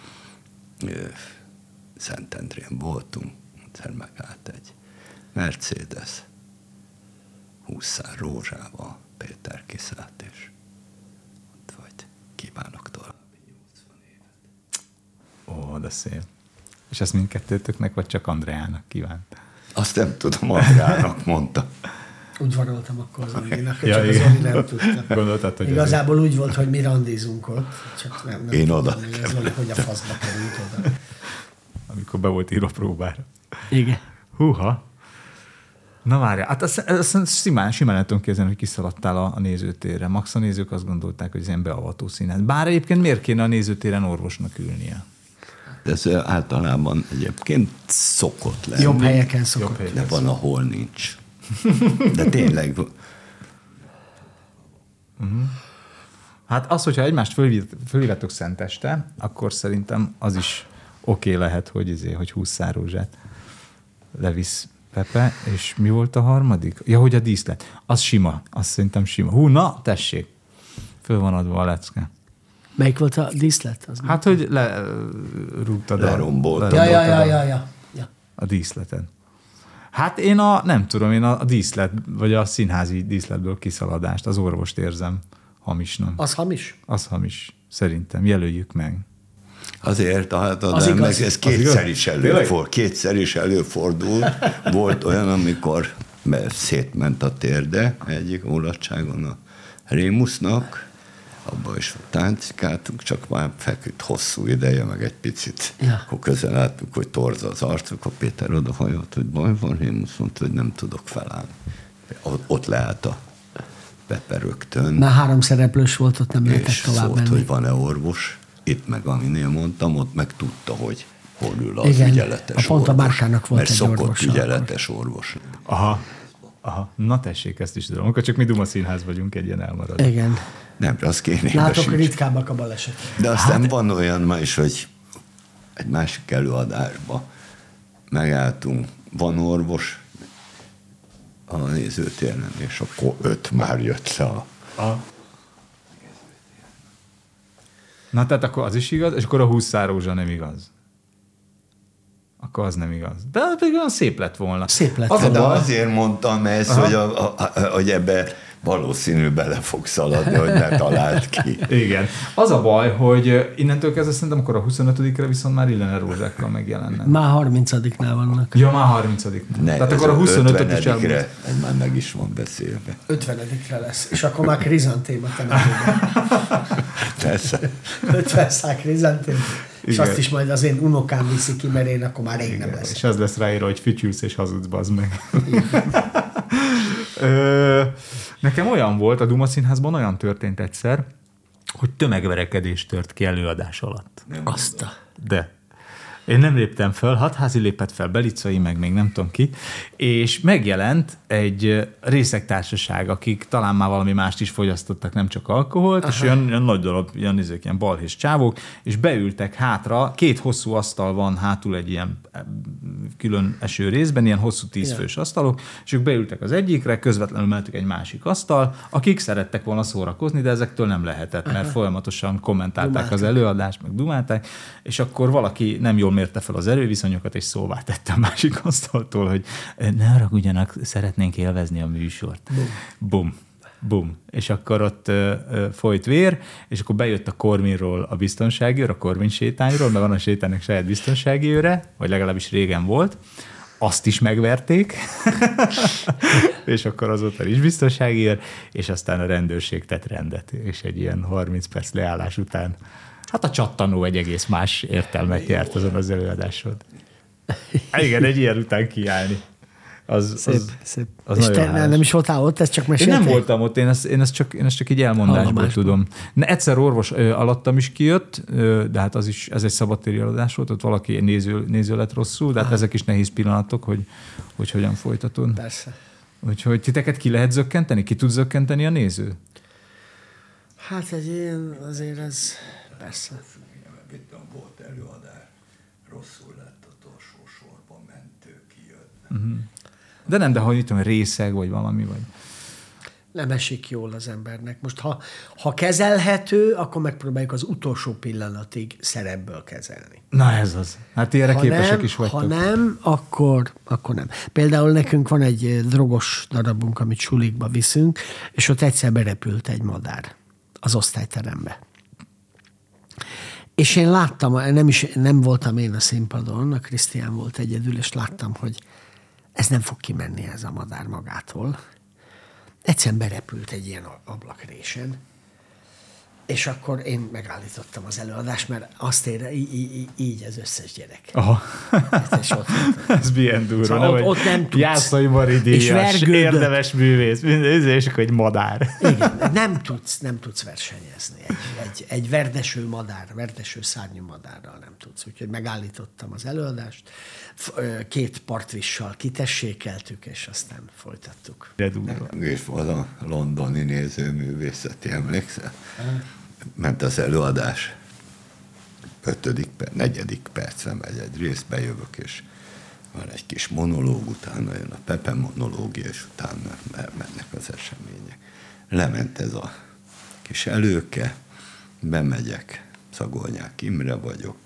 Szentendrén voltunk, egyszer megállt egy Mercedes, húszszár rózsával, Péter kiszállt, és ott vagy, kívánok további nyolcvan évet. Ó, de szép. És ezt mindkettőtöknek, vagy csak Andreának kívánt? Azt nem tudom, Andrának mondta. Udvaroltam akkor Zolinak, Ja, csak az igen. Zoli nem tudta. Gondoltad, hogy Igazából úgy volt, hogy mi randizunk ott, csak nem, nem Én tudom, oda. hogy az Zoli hogy a faszba került oda. amikor be volt írva próbára. Igen. Húha. Na várjál, hát azt, azt simán, simán el tudom képzelni, hogy kiszaladtál a, a nézőtérre. Max a nézők azt gondolták, hogy ez ilyen beavató színház. Bár egyébként miért kéne a nézőtéren orvosnak ülnie? Ez általában egyébként szokott lenni. Jobb helyeken szokott. Jobb helyeken De van, ahol nincs. De tényleg... Uh-huh. Hát az, hogyha egymást fölhívjátok szenteste, akkor szerintem az is oké okay lehet, hogy, izé, hogy húsz szárózsát levisz Pepe, és mi volt a harmadik? Ja, hogy a díszlet. Az sima, az szerintem sima. Hú, na, tessék, föl van adva a lecke. Melyik volt a díszlet? Az hát, hogy lerúgtad a... Leromboltad. Ja, ja, ja, ja, ja, ja. A díszleten. Hát én a, nem tudom, én a, a díszlet, vagy a színházi díszletből kiszaladást, az orvost érzem hamisnak. Az hamis? Az hamis, szerintem. Jelöljük meg. Azért, hát Az meg igaz. ez kétszer is, előfordul, kétszer is előfordul. Volt olyan, amikor szétment a térde egyik mulatságon a Rémusznak, abban is táncikáltunk, csak már feküdt hosszú ideje, meg egy picit. Ja. Akkor közel láttuk, hogy torz az arc, akkor Péter odahajolt, hogy baj van, Rémusz mondta, hogy nem tudok felállni. Ott leállt a Pepe rögtön. Már három szereplős volt, ott nem lehetett És tovább szólt, menni. hogy van-e orvos. Itt meg, aminél mondtam, ott meg tudta, hogy hol ül az Igen, ügyeletes a pont a orvos. Bárkának volt mert egy szokott orvosa ügyeletes orvos. Aha. Aha. Na tessék, ezt is tudom. Akkor csak mi Duma Színház vagyunk, egy ilyen elmaradó. Igen. Nem, az kéne. Látok, ritkábbak a balesetek. De aztán hát, van olyan ma is, hogy egy másik előadásban megálltunk, van orvos a nézőtéren, és akkor öt már jött le a... Aha. Na, tehát akkor az is igaz, és akkor a húsz szárózsa nem igaz. Akkor az nem igaz. De pedig olyan szép lett volna. Szép lett Az volna. de azért mondtam ezt, hogy, a, a, a, hogy ebbe valószínű bele fog szaladni, hogy ne talált ki. Igen. Az a baj, hogy innentől kezdve szerintem akkor a huszonötödikre viszont már illene rózsákkal megjelennek. Már harmincadiknál vannak. Ja, már harmincadiknál. Ne, Tehát akkor a huszonötöt is elmúlt. ez már meg is van beszélve. ötvenedikre lesz, és akkor már krizantéma temetőben. Persze. ötven szál krizantém. És Igen. azt is majd az én unokám viszi ki, mert én akkor már rég nem És lesz. az lesz ráírva, hogy fütyülsz és hazudsz, bazd meg. Ö, nekem olyan volt, a Duma Színházban olyan történt egyszer, hogy tömegverekedés tört ki előadás alatt. Azt a... De. Én nem léptem fel, Hatházi lépett fel, Belicai, meg még nem tudom ki, és megjelent egy részegtársaság, akik talán már valami mást is fogyasztottak, nem csak alkoholt, aha, és olyan, olyan nagy darab, ilyen, ilyen balhés csávók, és beültek hátra, két hosszú asztal van hátul egy ilyen külön eső részben, ilyen hosszú tízfős asztalok, és ők beültek az egyikre, közvetlenül mellettük egy másik asztal, akik szerettek volna szórakozni, de ezektől nem lehetett, mert aha, folyamatosan kommentálták dumáltak az előadást, meg dumálták, és akkor valaki nem jól mérte fel az erőviszonyokat, és szóvá tette a másik asztaltól, hogy ne haragudjanak, szeretnénk élvezni a műsort. Bum. Bum. Bum. És akkor ott ö, ö, folyt vér, és akkor bejött a Korvinról a biztonsági őr, a Korvin sétányról, mert van a sétánynak saját biztonsági őre, vagy legalábbis régen volt, azt is megverték, és akkor azóta is biztonsági őr, és aztán a rendőrség tett rendet, és egy ilyen harminc perc leállás után hát a csattanó egy egész más értelmet járt azon az előadásod. Igen, egy ilyen után kiállni. Az, Szép, az, szép. Az és te hálás. nem is voltál ott, ezt csak Én mesélték? nem voltam ott, én ezt, én ezt, csak, én ezt csak így elmondásból Hallomásból. tudom. Ne, egyszer orvos ö, alattam is kijött, ö, de hát az is, ez egy szabadtéri előadás volt, ott valaki néző, néző lett rosszul, de hát ezek is nehéz pillanatok, hogy, hogy hogyan folytatod. Persze. Úgyhogy titeket ki lehet zökkenteni? Ki tud zökkenteni a néző? Hát egy ilyen, azért ez... Persze. Itt volt előadás, rosszul lett utolsó sorban, mentő kijött. Uh-huh. De nem, de hogy itt részeg, vagy valami, vagy... Nem esik jól az embernek. Most ha, ha kezelhető, akkor megpróbáljuk az utolsó pillanatig szerepből kezelni. Na ez az. Hát ilyenre Ha képesek nem, is vagytok. ha nem, akkor, akkor nem. Például nekünk van egy drogos darabunk, amit sulikba viszünk, és ott egyszer berepült egy madár az osztályterembe. És én láttam, nem, is, nem voltam én a színpadon, a Krisztián volt egyedül, és láttam, hogy ez nem fog kimenni ez a madár magától. Egyszerűen berepült egy ilyen ablakrésen, És akkor én megállítottam az előadást, mert azt ére, így, így, így az összes gyerek. Aha. És ott, Ez milyen durva, Szóval nem? ott- ott nem tudsz. Jászai Mari díjas, vergődött. érdemes művész, és akkor egy madár. igen, nem tudsz, nem tudsz versenyezni. Egy, egy, egy verdeső madár, verdeső szárnyú madárral nem tudsz. Úgyhogy megállítottam az előadást, f- ö, két partvissal kitessékeltük, és aztán folytattuk. De durva. És volt a londoni nézőművészeti, emlékszel? Ment az előadás, ötödik, per- negyedik percre megy egy rész, bejövök, és van egy kis monológ, utána jön a Pepe monológia, és utána mennek az események. Lement ez a kis előke, bemegyek, Szagolnyák Imre vagyok.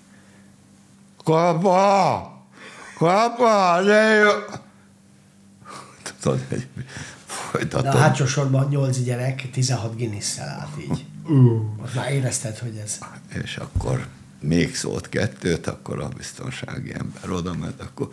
Kapa! Kapa, de jó! Tudod, hogy folytatom. De a hátsó sorban nyolc gyerek, tizenhat Guinness-szel állt így. Uh. Ott már érezted, hogy ez... És akkor még szólt kettőt, akkor a biztonsági ember oda ment, akkor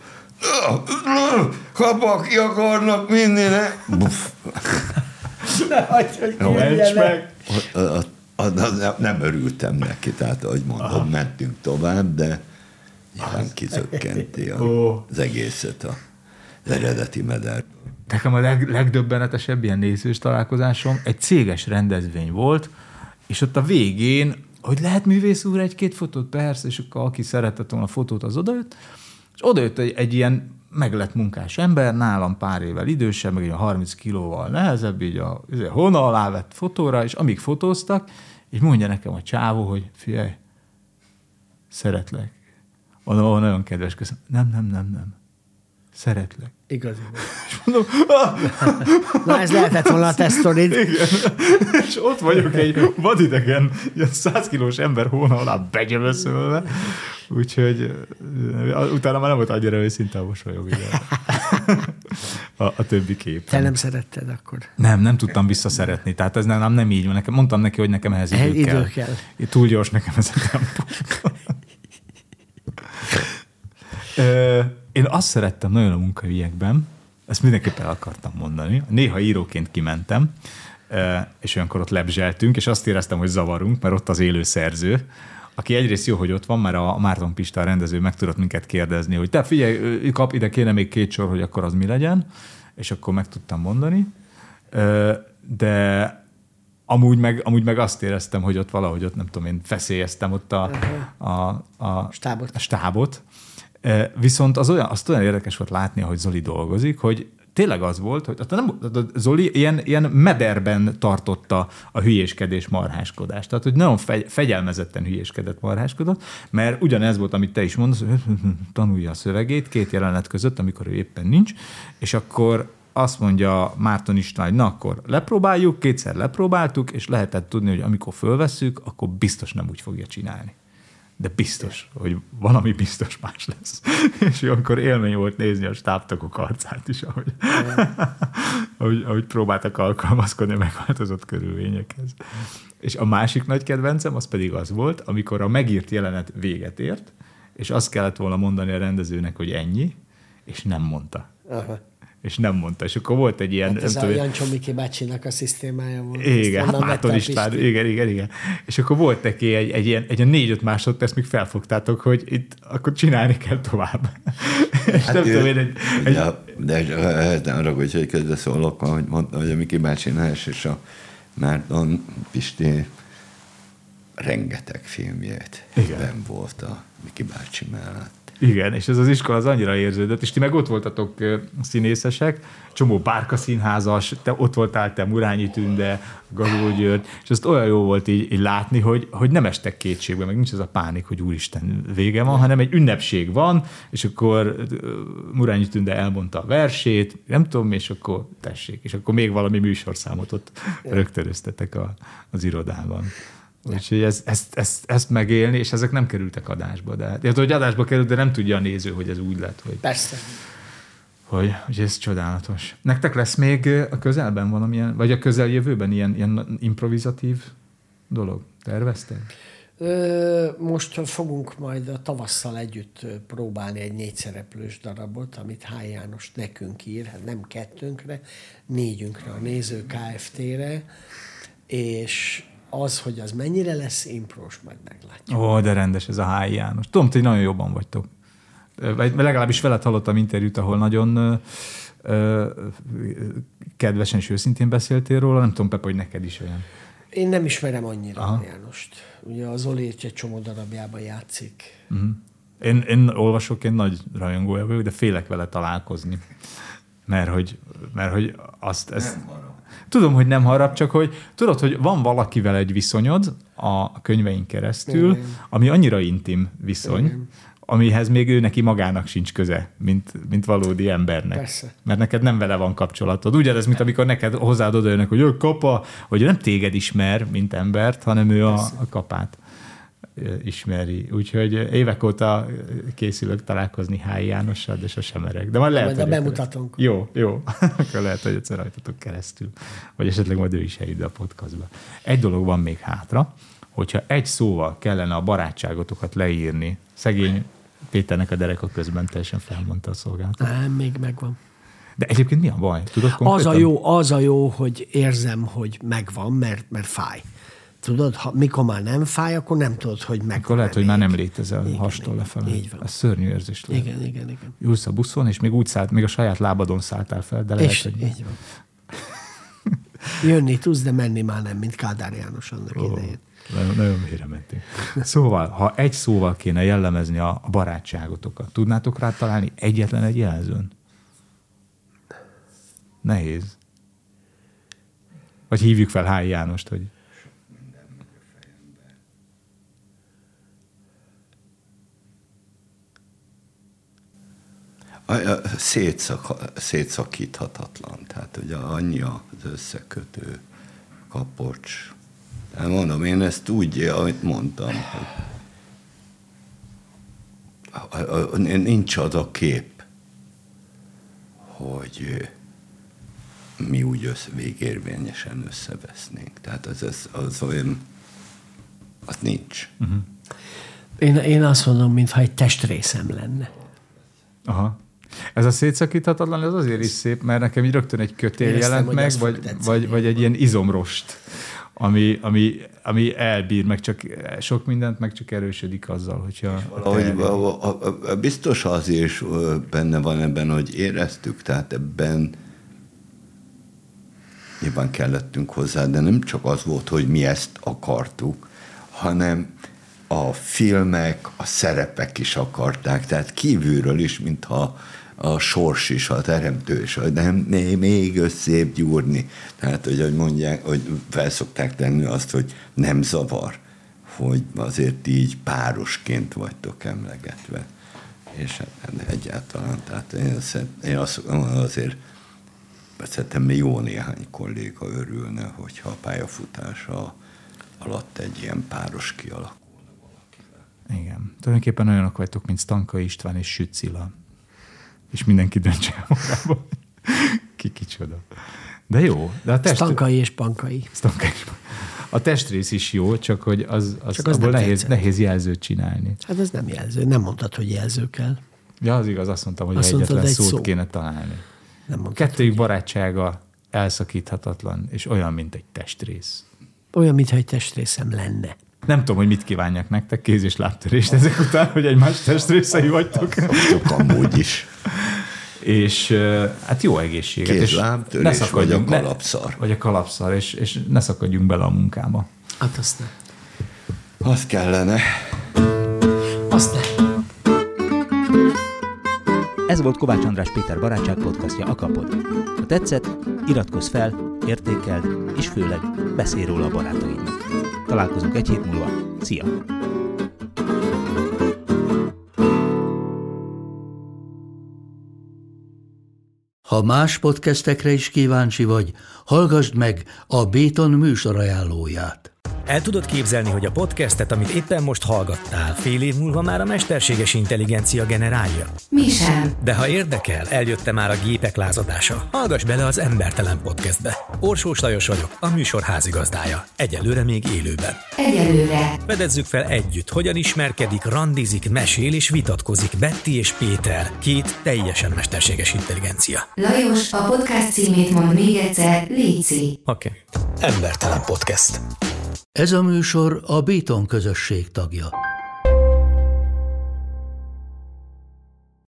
Kapa, ki akarnak minni, ne? Buff. hogy Mencs meg! A, a, a, a, nem örültem neki, tehát ahogy mondom, aha, mentünk tovább, de nyilván kizökkenti a, Ó. az egészet a, az eredeti meder. Nekem a leg, legdöbbenetesebb ilyen nézős találkozásom egy céges rendezvény volt, és ott a végén, hogy lehet művész úr egy-két fotót? Persze, és akkor aki szeretett volna a fotót, az odajött, és odajött egy, egy ilyen meglett munkás ember, nálam pár évvel idősebb, meg egy harminc kilóval nehezebb, így a hóna alá vett fotóra, és amíg fotóztak, és mondja nekem a csávó, hogy figyelj, szeretlek. Mondom, oh, nagyon kedves, köszönöm. Nem, nem, nem, nem. Szeretlek. Igazi. És mondom, ah! Na ez lehetett volna a te sztorid. Igen. És ott vagyok egy vadidegen, ilyen száz kilós ember hóna alá begyövöszölve, úgyhogy utána már nem volt annyira őszinte a mosolyog, igen. A, a többi kép. Te nem szeretted akkor? Nem, nem tudtam visszaszeretni, tehát ez nem, nem így van. Nekem, mondtam neki, hogy nekem ehhez idő, Idő kell. kell. Túl gyors nekem ez a tempó. Ö, Én azt szerettem nagyon a munkahelyekben, ezt mindenképpen el akartam mondani. Néha íróként kimentem, és olyankor ott lebzseltünk, és azt éreztem, hogy zavarunk, mert ott az élő szerző, aki egyrészt jó, hogy ott van, mert a Márton Pista a rendező meg tudott minket kérdezni, hogy te figyelj, kap ide kéne még két sor, hogy akkor az mi legyen, és akkor meg tudtam mondani. De amúgy meg, amúgy meg azt éreztem, hogy ott valahogy ott, nem tudom én, feszélyeztem ott a, a, a, Stábot. a stábot. Viszont az olyan, azt olyan érdekes volt látni, ahogy Zoli dolgozik, hogy tényleg az volt, hogy nem, Zoli ilyen, ilyen mederben tartotta a hülyéskedés, marháskodást. Tehát, hogy nagyon fegy, fegyelmezetten hülyéskedett, marháskodott, mert ugyanez volt, amit te is mondasz, hogy tanulja a szövegét két jelenet között, amikor ő éppen nincs, és akkor azt mondja Márton István, hogy na akkor lepróbáljuk, kétszer lepróbáltuk, és lehetett tudni, hogy amikor fölvesszük, akkor biztos nem úgy fogja csinálni. De biztos, hogy valami biztos más lesz. És akkor élmény volt nézni a stábtagok arcát is, ahogy, ahogy, ahogy próbáltak alkalmazkodni a megváltozott körülményekhez. És a másik nagy kedvencem az pedig az volt, amikor a megírt jelenet véget ért, és azt kellett volna mondani a rendezőnek, hogy ennyi, és nem mondta. Aha. És nem mondta. És akkor volt egy ilyen... Hát ez nem a tudom, Jancsó Miki bácsinak a szisztémája volt. igen, hát Márton István, igen, igen, igen. És akkor volt neki egy, egy ilyen, egy négy-öt másodperc, míg felfogtátok, hogy itt akkor csinálni kell tovább. És Hát nem ő, tudom én, egy, egy ja, de nem ragudj, hogy közben szólok, ahogy mondta, hogy a Miki bácsinál és a Márton Pisti rengeteg filmjét ben volt a Miki bácsi mellett. Igen, és ez az iskola az annyira érződött, és ti meg ott voltatok uh, színészesek, csomó bárka színházas, te ott voltál te, Murányi Tünde, Gazó György, és ezt olyan jó volt így, így látni, hogy, hogy nem estek kétségbe, meg nincs ez a pánik, hogy úristen vége van, hanem egy ünnepség van, és akkor uh, Murányi Tünde elmondta a versét, nem tudom, és akkor tessék, és akkor még valami műsorszámot ott rögtönöztetek a, az irodában. Úgyhogy ez, ezt, ezt, ezt megélni, és ezek nem kerültek adásba. De, hát, hogy adásba került, de nem tudja a néző, hogy ez úgy lett. Hogy, Persze. Hogy, hogy ez csodálatos. Nektek lesz még a közelben valamilyen, vagy a közeljövőben ilyen, ilyen improvizatív dolog? Tervezted? Ö, most fogunk majd a tavasszal együtt próbálni egy négyszereplős darabot, amit H. János nekünk ír, hát nem kettőnkre, négyünkre, a Néző Kft-re, és Az, hogy az mennyire lesz imprós, majd meglátjuk. Ó, de rendes ez a Háj János. Tudom, hogy nagyon jobban vagytok. Vagy legalábbis veled hallottam interjút, ahol nagyon ö, ö, kedvesen és őszintén beszéltél róla. Nem tudom, Pepe, hogy neked is olyan. Én nem ismerem annyira Aha. a Jánost. Ugye az Zoli egy csomó darabjában játszik. Uh-huh. Én, én olvasóként nagy rajongója vagyok, de félek vele találkozni. Mert hogy, mert hogy azt... Ezt, tudom, hogy nem harap, csak hogy tudod, hogy van valakivel egy viszonyod a könyveink keresztül, igen. ami annyira intim viszony, igen. amihez még ő neki magának sincs köze, mint, mint valódi embernek. Persze. Mert neked nem vele van kapcsolatod. Ugyanez, mint amikor neked hozzád odajönnek, hogy ő kapa, hogy nem téged ismer, mint embert, hanem ő a, a kapát ismeri. Úgyhogy évek óta készülök találkozni Háj Jánossal, de sosem merek. De majd lehet, majd a bemutatónk. Jó, jó. Akkor lehet, hogy egyszer rajtatok keresztül. Vagy esetleg majd ő is eljut ide a podcastba. Egy dolog van még hátra, hogyha egy szóval kellene a barátságotokat leírni, szegény Péternek a dereka közben teljesen felmondta a szolgálatot. Nem, még megvan. De egyébként mi a baj? Tudod konkrétan? Az a jó, az a jó, hogy érzem, hogy megvan, mert, mert fáj. Tudod, ha, mikor már nem fáj, akkor nem tudod, hogy megvan. Akkor lehet, hogy még. már nem létezel igen, hastól lefele. Így van. Ez szörnyű érzés lehet. Igen, igen, igen. Ülsz a buszon, és még úgy szállt, még a saját lábadon szálltál fel, de lehet, és hogy... így van. Jönni tudsz, de menni már nem, mint Kádár János annak Ó, idején. Nagyon, nagyon mélyre mentünk. Szóval, ha egy szóval kéne jellemezni a barátságotokat, tudnátok rá találni egyetlen egy jelzőn? Nehéz. Vagy hívjuk fel Háj Jánost, hogy... A, a szétszak, szétszakíthatatlan. Tehát ugye annyi az összekötő kapocs. De mondom, én ezt úgy, amit mondtam, hogy nincs az a kép, hogy mi úgy össze, végérvényesen összevesznénk. Tehát az, az, az olyan, az nincs. Uh-huh. Én, én azt mondom, mintha egy testrészem lenne. Aha. Ez a szétszakíthatatlan, ez azért is szép, mert nekem így rögtön egy kötél Éreztem, jelent hogy meg, az fog vagy, tetszeni. vagy, vagy egy ilyen izomrost, ami, ami, ami elbír, meg csak sok mindent, meg csak erősödik azzal, hogyha... Valahogy a, a, a, biztos az is benne van ebben, hogy éreztük, tehát ebben nyilván kellettünk hozzá, de nem csak az volt, hogy mi ezt akartuk, hanem a filmek, a szerepek is akarták, tehát kívülről is, mintha a sors is, a teremtő is, hogy nem, még összébb gyúrni. Tehát, hogy, hogy mondják, hogy felszokták tenni azt, hogy nem zavar, hogy azért így párosként vagytok emlegetve. És hát egyáltalán, tehát én, azt, én azt azért szerintem még jó néhány kolléga örülne, hogyha a pályafutása alatt egy ilyen páros kialakul. Igen. Tulajdonképpen olyanok vagytok, mint Stankai István és Süt Cilla. És mindenki döntse el magában. Ki kicsoda. De jó. De a test... Stankai és Pankai. Stankai és Pankai. A testrész is jó, csak hogy az, az, csak az abból nehéz, tetszett. nehéz jelzőt csinálni. Hát ez nem jelző. Nem mondtad, hogy jelző kell. Ja, az igaz, azt mondtam, hogy Azt egyetlen mondtad, egy szót szó. kéne találni. Nem mondtad, Kettőjük hogy... barátsága elszakíthatatlan, és olyan, mint egy testrész. Olyan, mintha egy testrészem lenne. Nem tudom, hogy mit kívánják nektek, kéz- és lábtörést ezek után, hogy egymás testrészei vagytok. Szoktuk amúgy is. És hát jó egészséget. Kéz, és lábtörés, ne szakadjunk- vagy a kalapszar. Ne, vagy a kalapszar, és, és ne szakadjunk bele a munkába. Hát azt nem. Az kellene. Azt nem. Ez volt Kovács András Péter barátság podcastja a Kapod. Ha tetszett, iratkozz fel, értékeld, és főleg beszélj róla a barátaidnak. Találkozunk egy hét múlva. Szia! Ha más podcastekre is kíváncsi vagy, hallgassd meg a Béton műsor ajánlóját. El tudod képzelni, hogy a podcastet, amit éppen most hallgattál, fél év múlva már a mesterséges intelligencia generálja? Mi sem. De ha érdekel, eljött már a gépek lázadása. Hallgass bele az Embertelen Podcastbe. Orsós Lajos vagyok, a műsor házigazdája. Egyelőre még élőben. Egyelőre. Fedezzük fel együtt, hogyan ismerkedik, randizik, mesél és vitatkozik Betty és Péter, két teljesen mesterséges intelligencia. Lajos, a podcast címét mond még egyszer, léci. Oké. Okay. Embertelen Podcast. Ez a műsor a Béton közösség tagja.